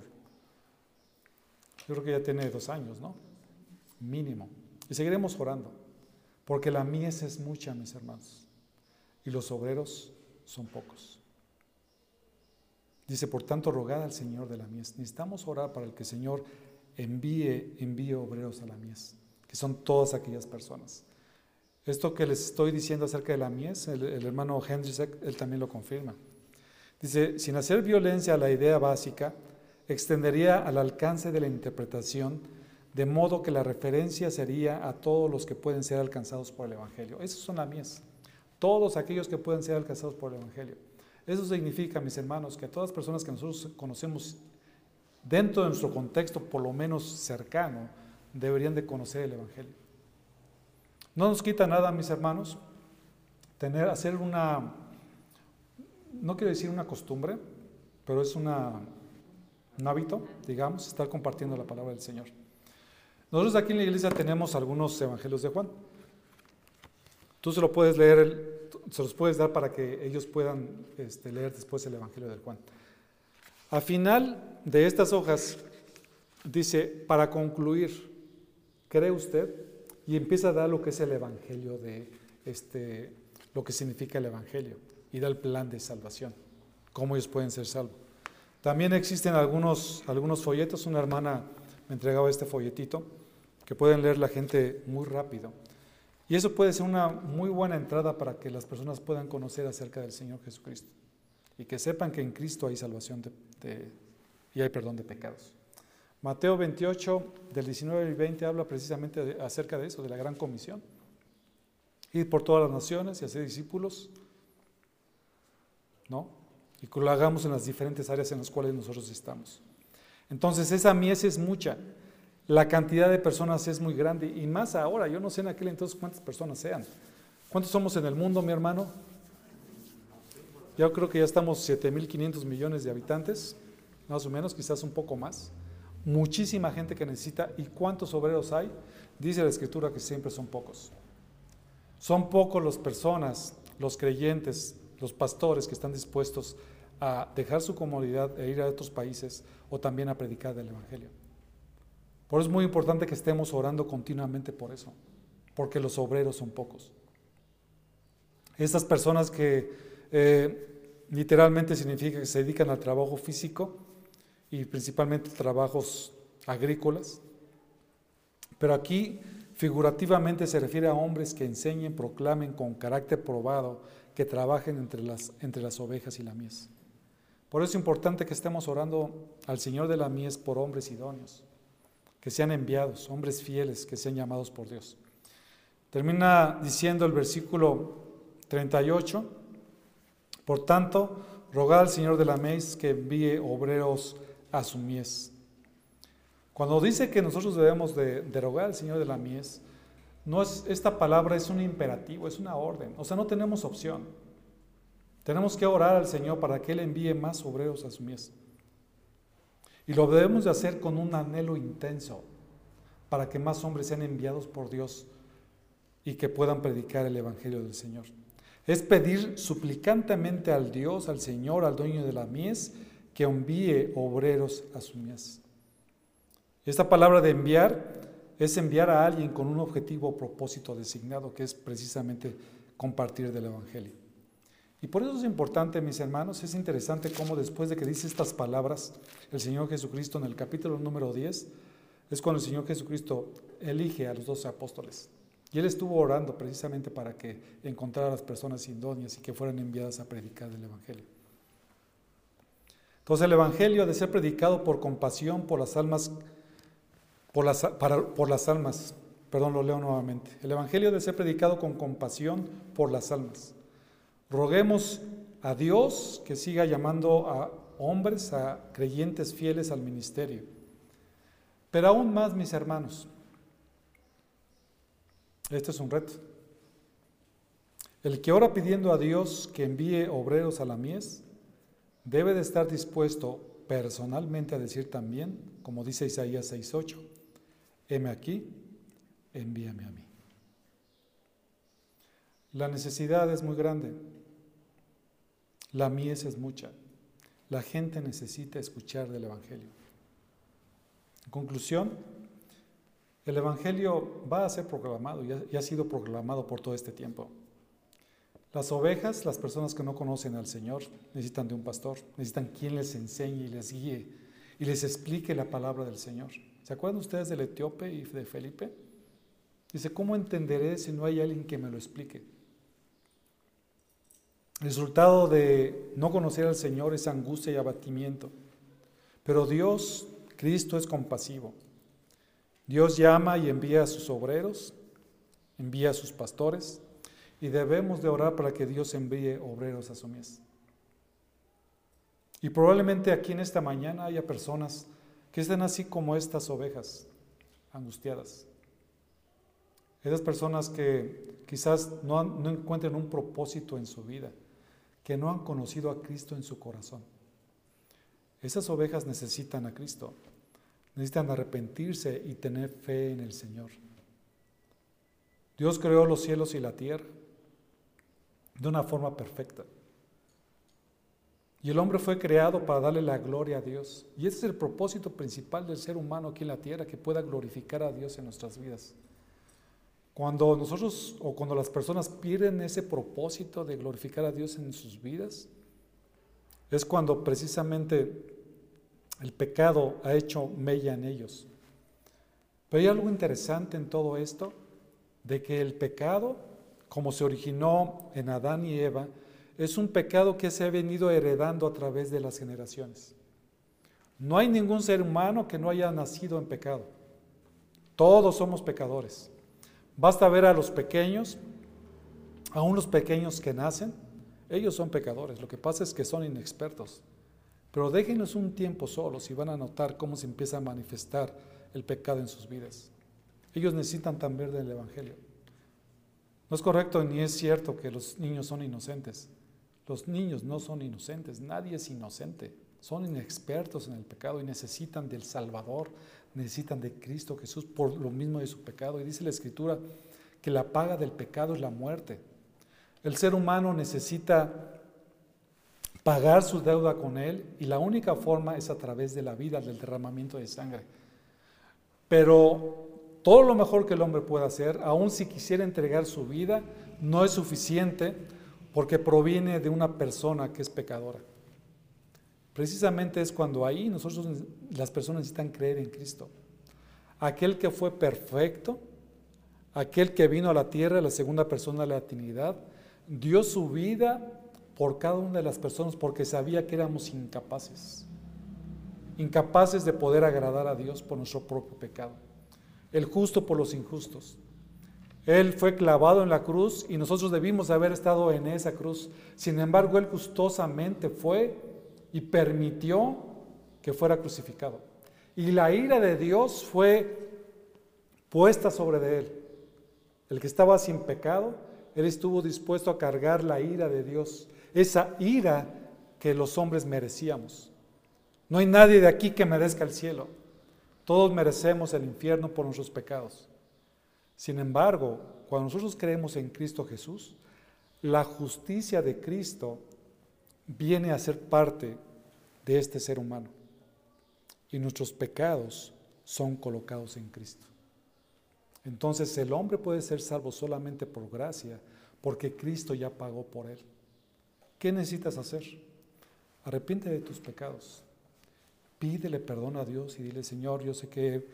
Yo creo que ya tiene 2 años, ¿no? Mínimo. Y seguiremos orando, porque la mies es mucha, mis hermanos, y los obreros son pocos. Dice, por tanto, rogad al Señor de la mies. Necesitamos orar para el que el Señor envíe obreros a la mies, que son todas aquellas personas. Esto que les estoy diciendo acerca de la mies, el hermano Hendricks, él también lo confirma. Dice, sin hacer violencia a la idea básica, extendería al alcance de la interpretación, de modo que la referencia sería a todos los que pueden ser alcanzados por el Evangelio. Esos son la mies, todos aquellos que pueden ser alcanzados por el Evangelio. Eso significa, mis hermanos, que a todas las personas que nosotros conocemos dentro de nuestro contexto, por lo menos cercano, deberían de conocer el Evangelio. No nos quita nada, mis hermanos, hacer una, no quiero decir una costumbre, pero es un hábito, digamos, estar compartiendo la palabra del Señor. Nosotros aquí en la iglesia tenemos algunos evangelios de Juan. Tú se los puedes leer, se los puedes dar para que ellos puedan leer después el evangelio de Juan. Al final de estas hojas dice, para concluir, ¿cree usted? Y empieza a dar lo que es el evangelio lo que significa el evangelio, y da el plan de salvación, cómo ellos pueden ser salvos. También existen algunos folletos. Una hermana me entregaba este folletito que pueden leer la gente muy rápido, y eso puede ser una muy buena entrada para que las personas puedan conocer acerca del Señor Jesucristo y que sepan que en Cristo hay salvación y hay perdón de pecados. Mateo 28, del 19 al 20, habla precisamente acerca de eso, de la gran comisión. Ir por todas las naciones y hacer discípulos, ¿no? Y que lo hagamos en las diferentes áreas en las cuales nosotros estamos. Entonces, esa mies es mucha. La cantidad de personas es muy grande, y más ahora. Yo no sé en aquel entonces cuántas personas sean. ¿Cuántos somos en el mundo, mi hermano? Yo creo que ya estamos 7.500 millones de habitantes, más o menos, quizás un poco más. Muchísima gente que necesita. ¿Y cuántos obreros hay? Dice la Escritura que siempre son pocos. Son pocos las personas, los creyentes, los pastores que están dispuestos a dejar su comodidad e ir a otros países o también a predicar del Evangelio. Por eso es muy importante que estemos orando continuamente por eso, porque los obreros son pocos. Estas personas que literalmente significa que se dedican al trabajo físico y principalmente trabajos agrícolas, pero aquí figurativamente se refiere a hombres que enseñen, proclamen con carácter probado, que trabajen entre las ovejas y la mies. Por eso es importante que estemos orando al Señor de la mies por hombres idóneos, que sean enviados, hombres fieles, que sean llamados por Dios. Termina diciendo el versículo 38, por tanto, rogad al Señor de la mies que envíe obreros a su mies. Cuando dice que nosotros debemos de rogar al Señor de la mies, esta palabra es un imperativo, es una orden, o sea, no tenemos opción. Tenemos que orar al Señor para que Él envíe más obreros a su mies. Y lo debemos de hacer con un anhelo intenso, para que más hombres sean enviados por Dios y que puedan predicar el Evangelio del Señor. Es pedir suplicantemente al Dios, al Señor, al dueño de la mies, que envíe obreros a su mies. Esta palabra de enviar es enviar a alguien con un objetivo o propósito designado, que es precisamente compartir del Evangelio. Y por eso es importante, mis hermanos, es interesante cómo después de que dice estas palabras, el Señor Jesucristo en el capítulo número 10, es cuando el Señor Jesucristo elige a los 12 apóstoles. Y Él estuvo orando precisamente para que encontrara a las personas idóneas y que fueran enviadas a predicar el Evangelio. Entonces el Evangelio ha de ser predicado por compasión por las almas, lo leo nuevamente. El Evangelio ha de ser predicado con compasión por las almas. Roguemos a Dios que siga llamando a hombres, a creyentes fieles al ministerio. Pero aún más, mis hermanos, este es un reto. El que ora pidiendo a Dios que envíe obreros a la mies, debe de estar dispuesto personalmente a decir también, como dice Isaías 6:8, heme aquí, envíame a mí. La necesidad es muy grande, la mies es mucha, la gente necesita escuchar del Evangelio. En conclusión, el Evangelio va a ser proclamado y ha sido proclamado por todo este tiempo. Las ovejas, las personas que no conocen al Señor, necesitan de un pastor, necesitan quien les enseñe y les guíe y les explique la palabra del Señor. ¿Se acuerdan ustedes del etíope y de Felipe? Dice, ¿cómo entenderé si no hay alguien que me lo explique? El resultado de no conocer al Señor es angustia y abatimiento. Pero Dios, Cristo, es compasivo. Dios llama y envía a sus obreros, envía a sus pastores, y debemos de orar para que Dios envíe obreros a su mies. Y probablemente aquí en esta mañana haya personas que estén así como estas ovejas, angustiadas. Esas personas que quizás no encuentren un propósito en su vida, que no han conocido a Cristo en su corazón. Esas ovejas necesitan a Cristo, necesitan arrepentirse y tener fe en el Señor. Dios creó los cielos y la tierra de una forma perfecta. Y el hombre fue creado para darle la gloria a Dios. Y ese es el propósito principal del ser humano aquí en la tierra, que pueda glorificar a Dios en nuestras vidas. Cuando nosotros o cuando las personas pierden ese propósito de glorificar a Dios en sus vidas, es cuando precisamente el pecado ha hecho mella en ellos. Pero hay algo interesante en todo esto, de que el pecado, como se originó en Adán y Eva, es un pecado que se ha venido heredando a través de las generaciones. No hay ningún ser humano que no haya nacido en pecado. Todos somos pecadores. Basta ver a los pequeños, aún los pequeños que nacen, ellos son pecadores. Lo que pasa es que son inexpertos. Pero déjenlos un tiempo solos y van a notar cómo se empieza a manifestar el pecado en sus vidas. Ellos necesitan también del Evangelio. No es correcto ni es cierto que los niños son inocentes. Los niños no son inocentes, nadie es inocente. Son inexpertos en el pecado y necesitan del Salvador, necesitan de Cristo Jesús por lo mismo de su pecado. Y dice la Escritura que la paga del pecado es la muerte. El ser humano necesita pagar su deuda con Él y la única forma es a través de la vida, del derramamiento de sangre. Pero todo lo mejor que el hombre pueda hacer, aun si quisiera entregar su vida, no es suficiente porque proviene de una persona que es pecadora. Precisamente es cuando ahí las personas necesitan creer en Cristo. Aquel que fue perfecto, aquel que vino a la tierra, la segunda persona de la Trinidad, dio su vida por cada una de las personas porque sabía que éramos incapaces de poder agradar a Dios por nuestro propio pecado. El justo por los injustos. Él fue clavado en la cruz y nosotros debimos haber estado en esa cruz. Sin embargo, Él gustosamente fue y permitió que fuera crucificado. Y la ira de Dios fue puesta sobre de Él. El que estaba sin pecado, Él estuvo dispuesto a cargar la ira de Dios. Esa ira que los hombres merecíamos. No hay nadie de aquí que merezca el cielo. Todos merecemos el infierno por nuestros pecados. Sin embargo, cuando nosotros creemos en Cristo Jesús, la justicia de Cristo viene a ser parte de este ser humano. Y nuestros pecados son colocados en Cristo. Entonces el hombre puede ser salvo solamente por gracia, porque Cristo ya pagó por él. ¿Qué necesitas hacer? Arrepiente de tus pecados. Pídele perdón a Dios y dile: Señor, yo sé que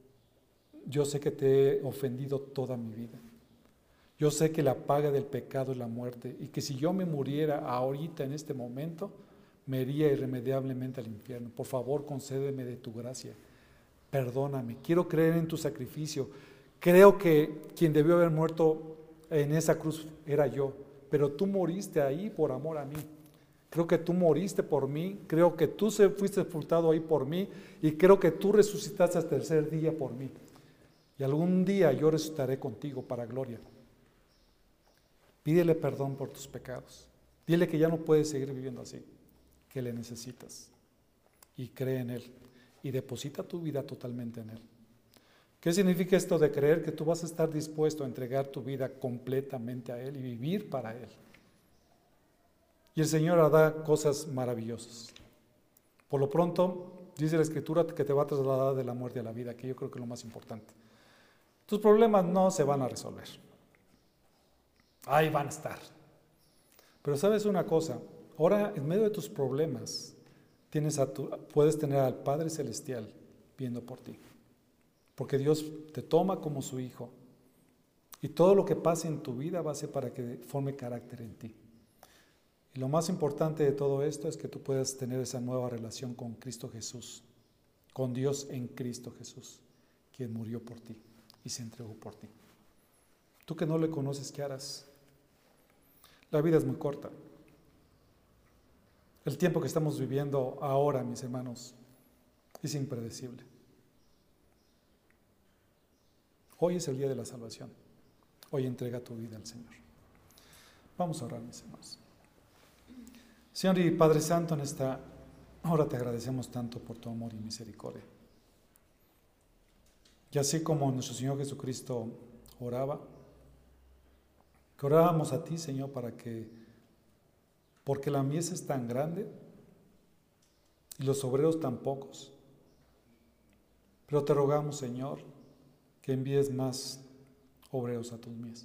te he ofendido toda mi vida. Yo sé que la paga del pecado es la muerte y que si yo me muriera ahorita en este momento, me iría irremediablemente al infierno. Por favor, concédeme de tu gracia. Perdóname. Quiero creer en tu sacrificio. Creo que quien debió haber muerto en esa cruz era yo, pero tú moriste ahí por amor a mí. Creo que tú moriste por mí, creo que tú fuiste sepultado ahí por mí y creo que tú resucitaste al tercer día por mí. Y algún día yo resucitaré contigo para gloria. Pídele perdón por tus pecados. Dile que ya no puedes seguir viviendo así, que le necesitas. Y cree en Él y deposita tu vida totalmente en Él. ¿Qué significa esto de creer? Que tú vas a estar dispuesto a entregar tu vida completamente a Él y vivir para Él. Y el Señor hará cosas maravillosas. Por lo pronto, dice la Escritura que te va a trasladar de la muerte a la vida, que yo creo que es lo más importante. Tus problemas no se van a resolver. Ahí van a estar. Pero sabes una cosa, ahora en medio de tus problemas puedes tener al Padre Celestial viendo por ti. Porque Dios te toma como su hijo. Y todo lo que pase en tu vida va a ser para que forme carácter en ti. Y lo más importante de todo esto es que tú puedas tener esa nueva relación con Cristo Jesús, con Dios en Cristo Jesús, quien murió por ti y se entregó por ti. Tú que no le conoces, ¿qué harás? La vida es muy corta. El tiempo que estamos viviendo ahora, mis hermanos, es impredecible. Hoy es el día de la salvación. Hoy entrega tu vida al Señor. Vamos a orar, mis hermanos. Señor y Padre Santo, en esta hora te agradecemos tanto por tu amor y misericordia. Y así como nuestro Señor Jesucristo oraba, que orábamos a ti, Señor, porque la mies es tan grande y los obreros tan pocos. Pero te rogamos, Señor, que envíes más obreros a tus mies.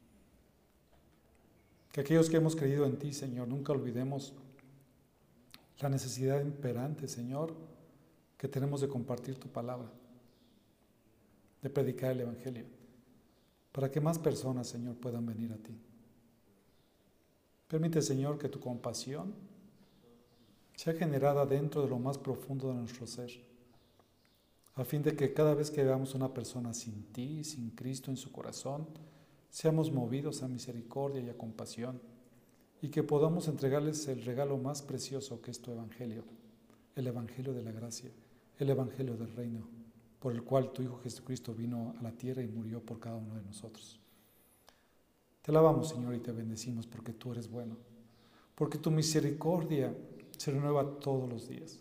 Que aquellos que hemos creído en ti, Señor, nunca olvidemos la necesidad imperante, Señor, que tenemos de compartir tu palabra, de predicar el Evangelio, para que más personas, Señor, puedan venir a ti. Permite, Señor, que tu compasión sea generada dentro de lo más profundo de nuestro ser, a fin de que cada vez que veamos una persona sin ti, sin Cristo en su corazón, seamos movidos a misericordia y a compasión, y que podamos entregarles el regalo más precioso que es tu Evangelio, el Evangelio de la gracia, el Evangelio del reino, por el cual tu Hijo Jesucristo vino a la tierra y murió por cada uno de nosotros. Te alabamos, Señor, y te bendecimos porque tú eres bueno, porque tu misericordia se renueva todos los días.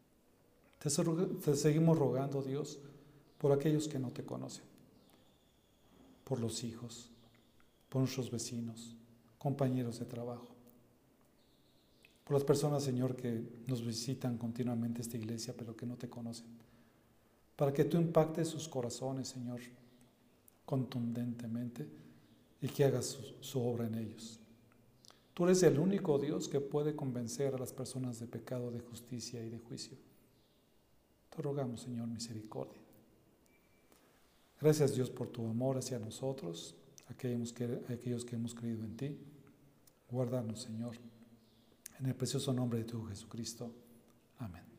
Te seguimos rogando, Dios, por aquellos que no te conocen, por los hijos, por nuestros vecinos, compañeros de trabajo, por las personas, Señor, que nos visitan continuamente esta iglesia, pero que no te conocen, para que tú impactes sus corazones, Señor, contundentemente, y que hagas su obra en ellos. Tú eres el único Dios que puede convencer a las personas de pecado, de justicia y de juicio. Te rogamos, Señor, misericordia. Gracias, Dios, por tu amor hacia nosotros, aquellos que hemos creído en ti. Guárdanos, Señor, en el precioso nombre de tu Jesucristo. Amén.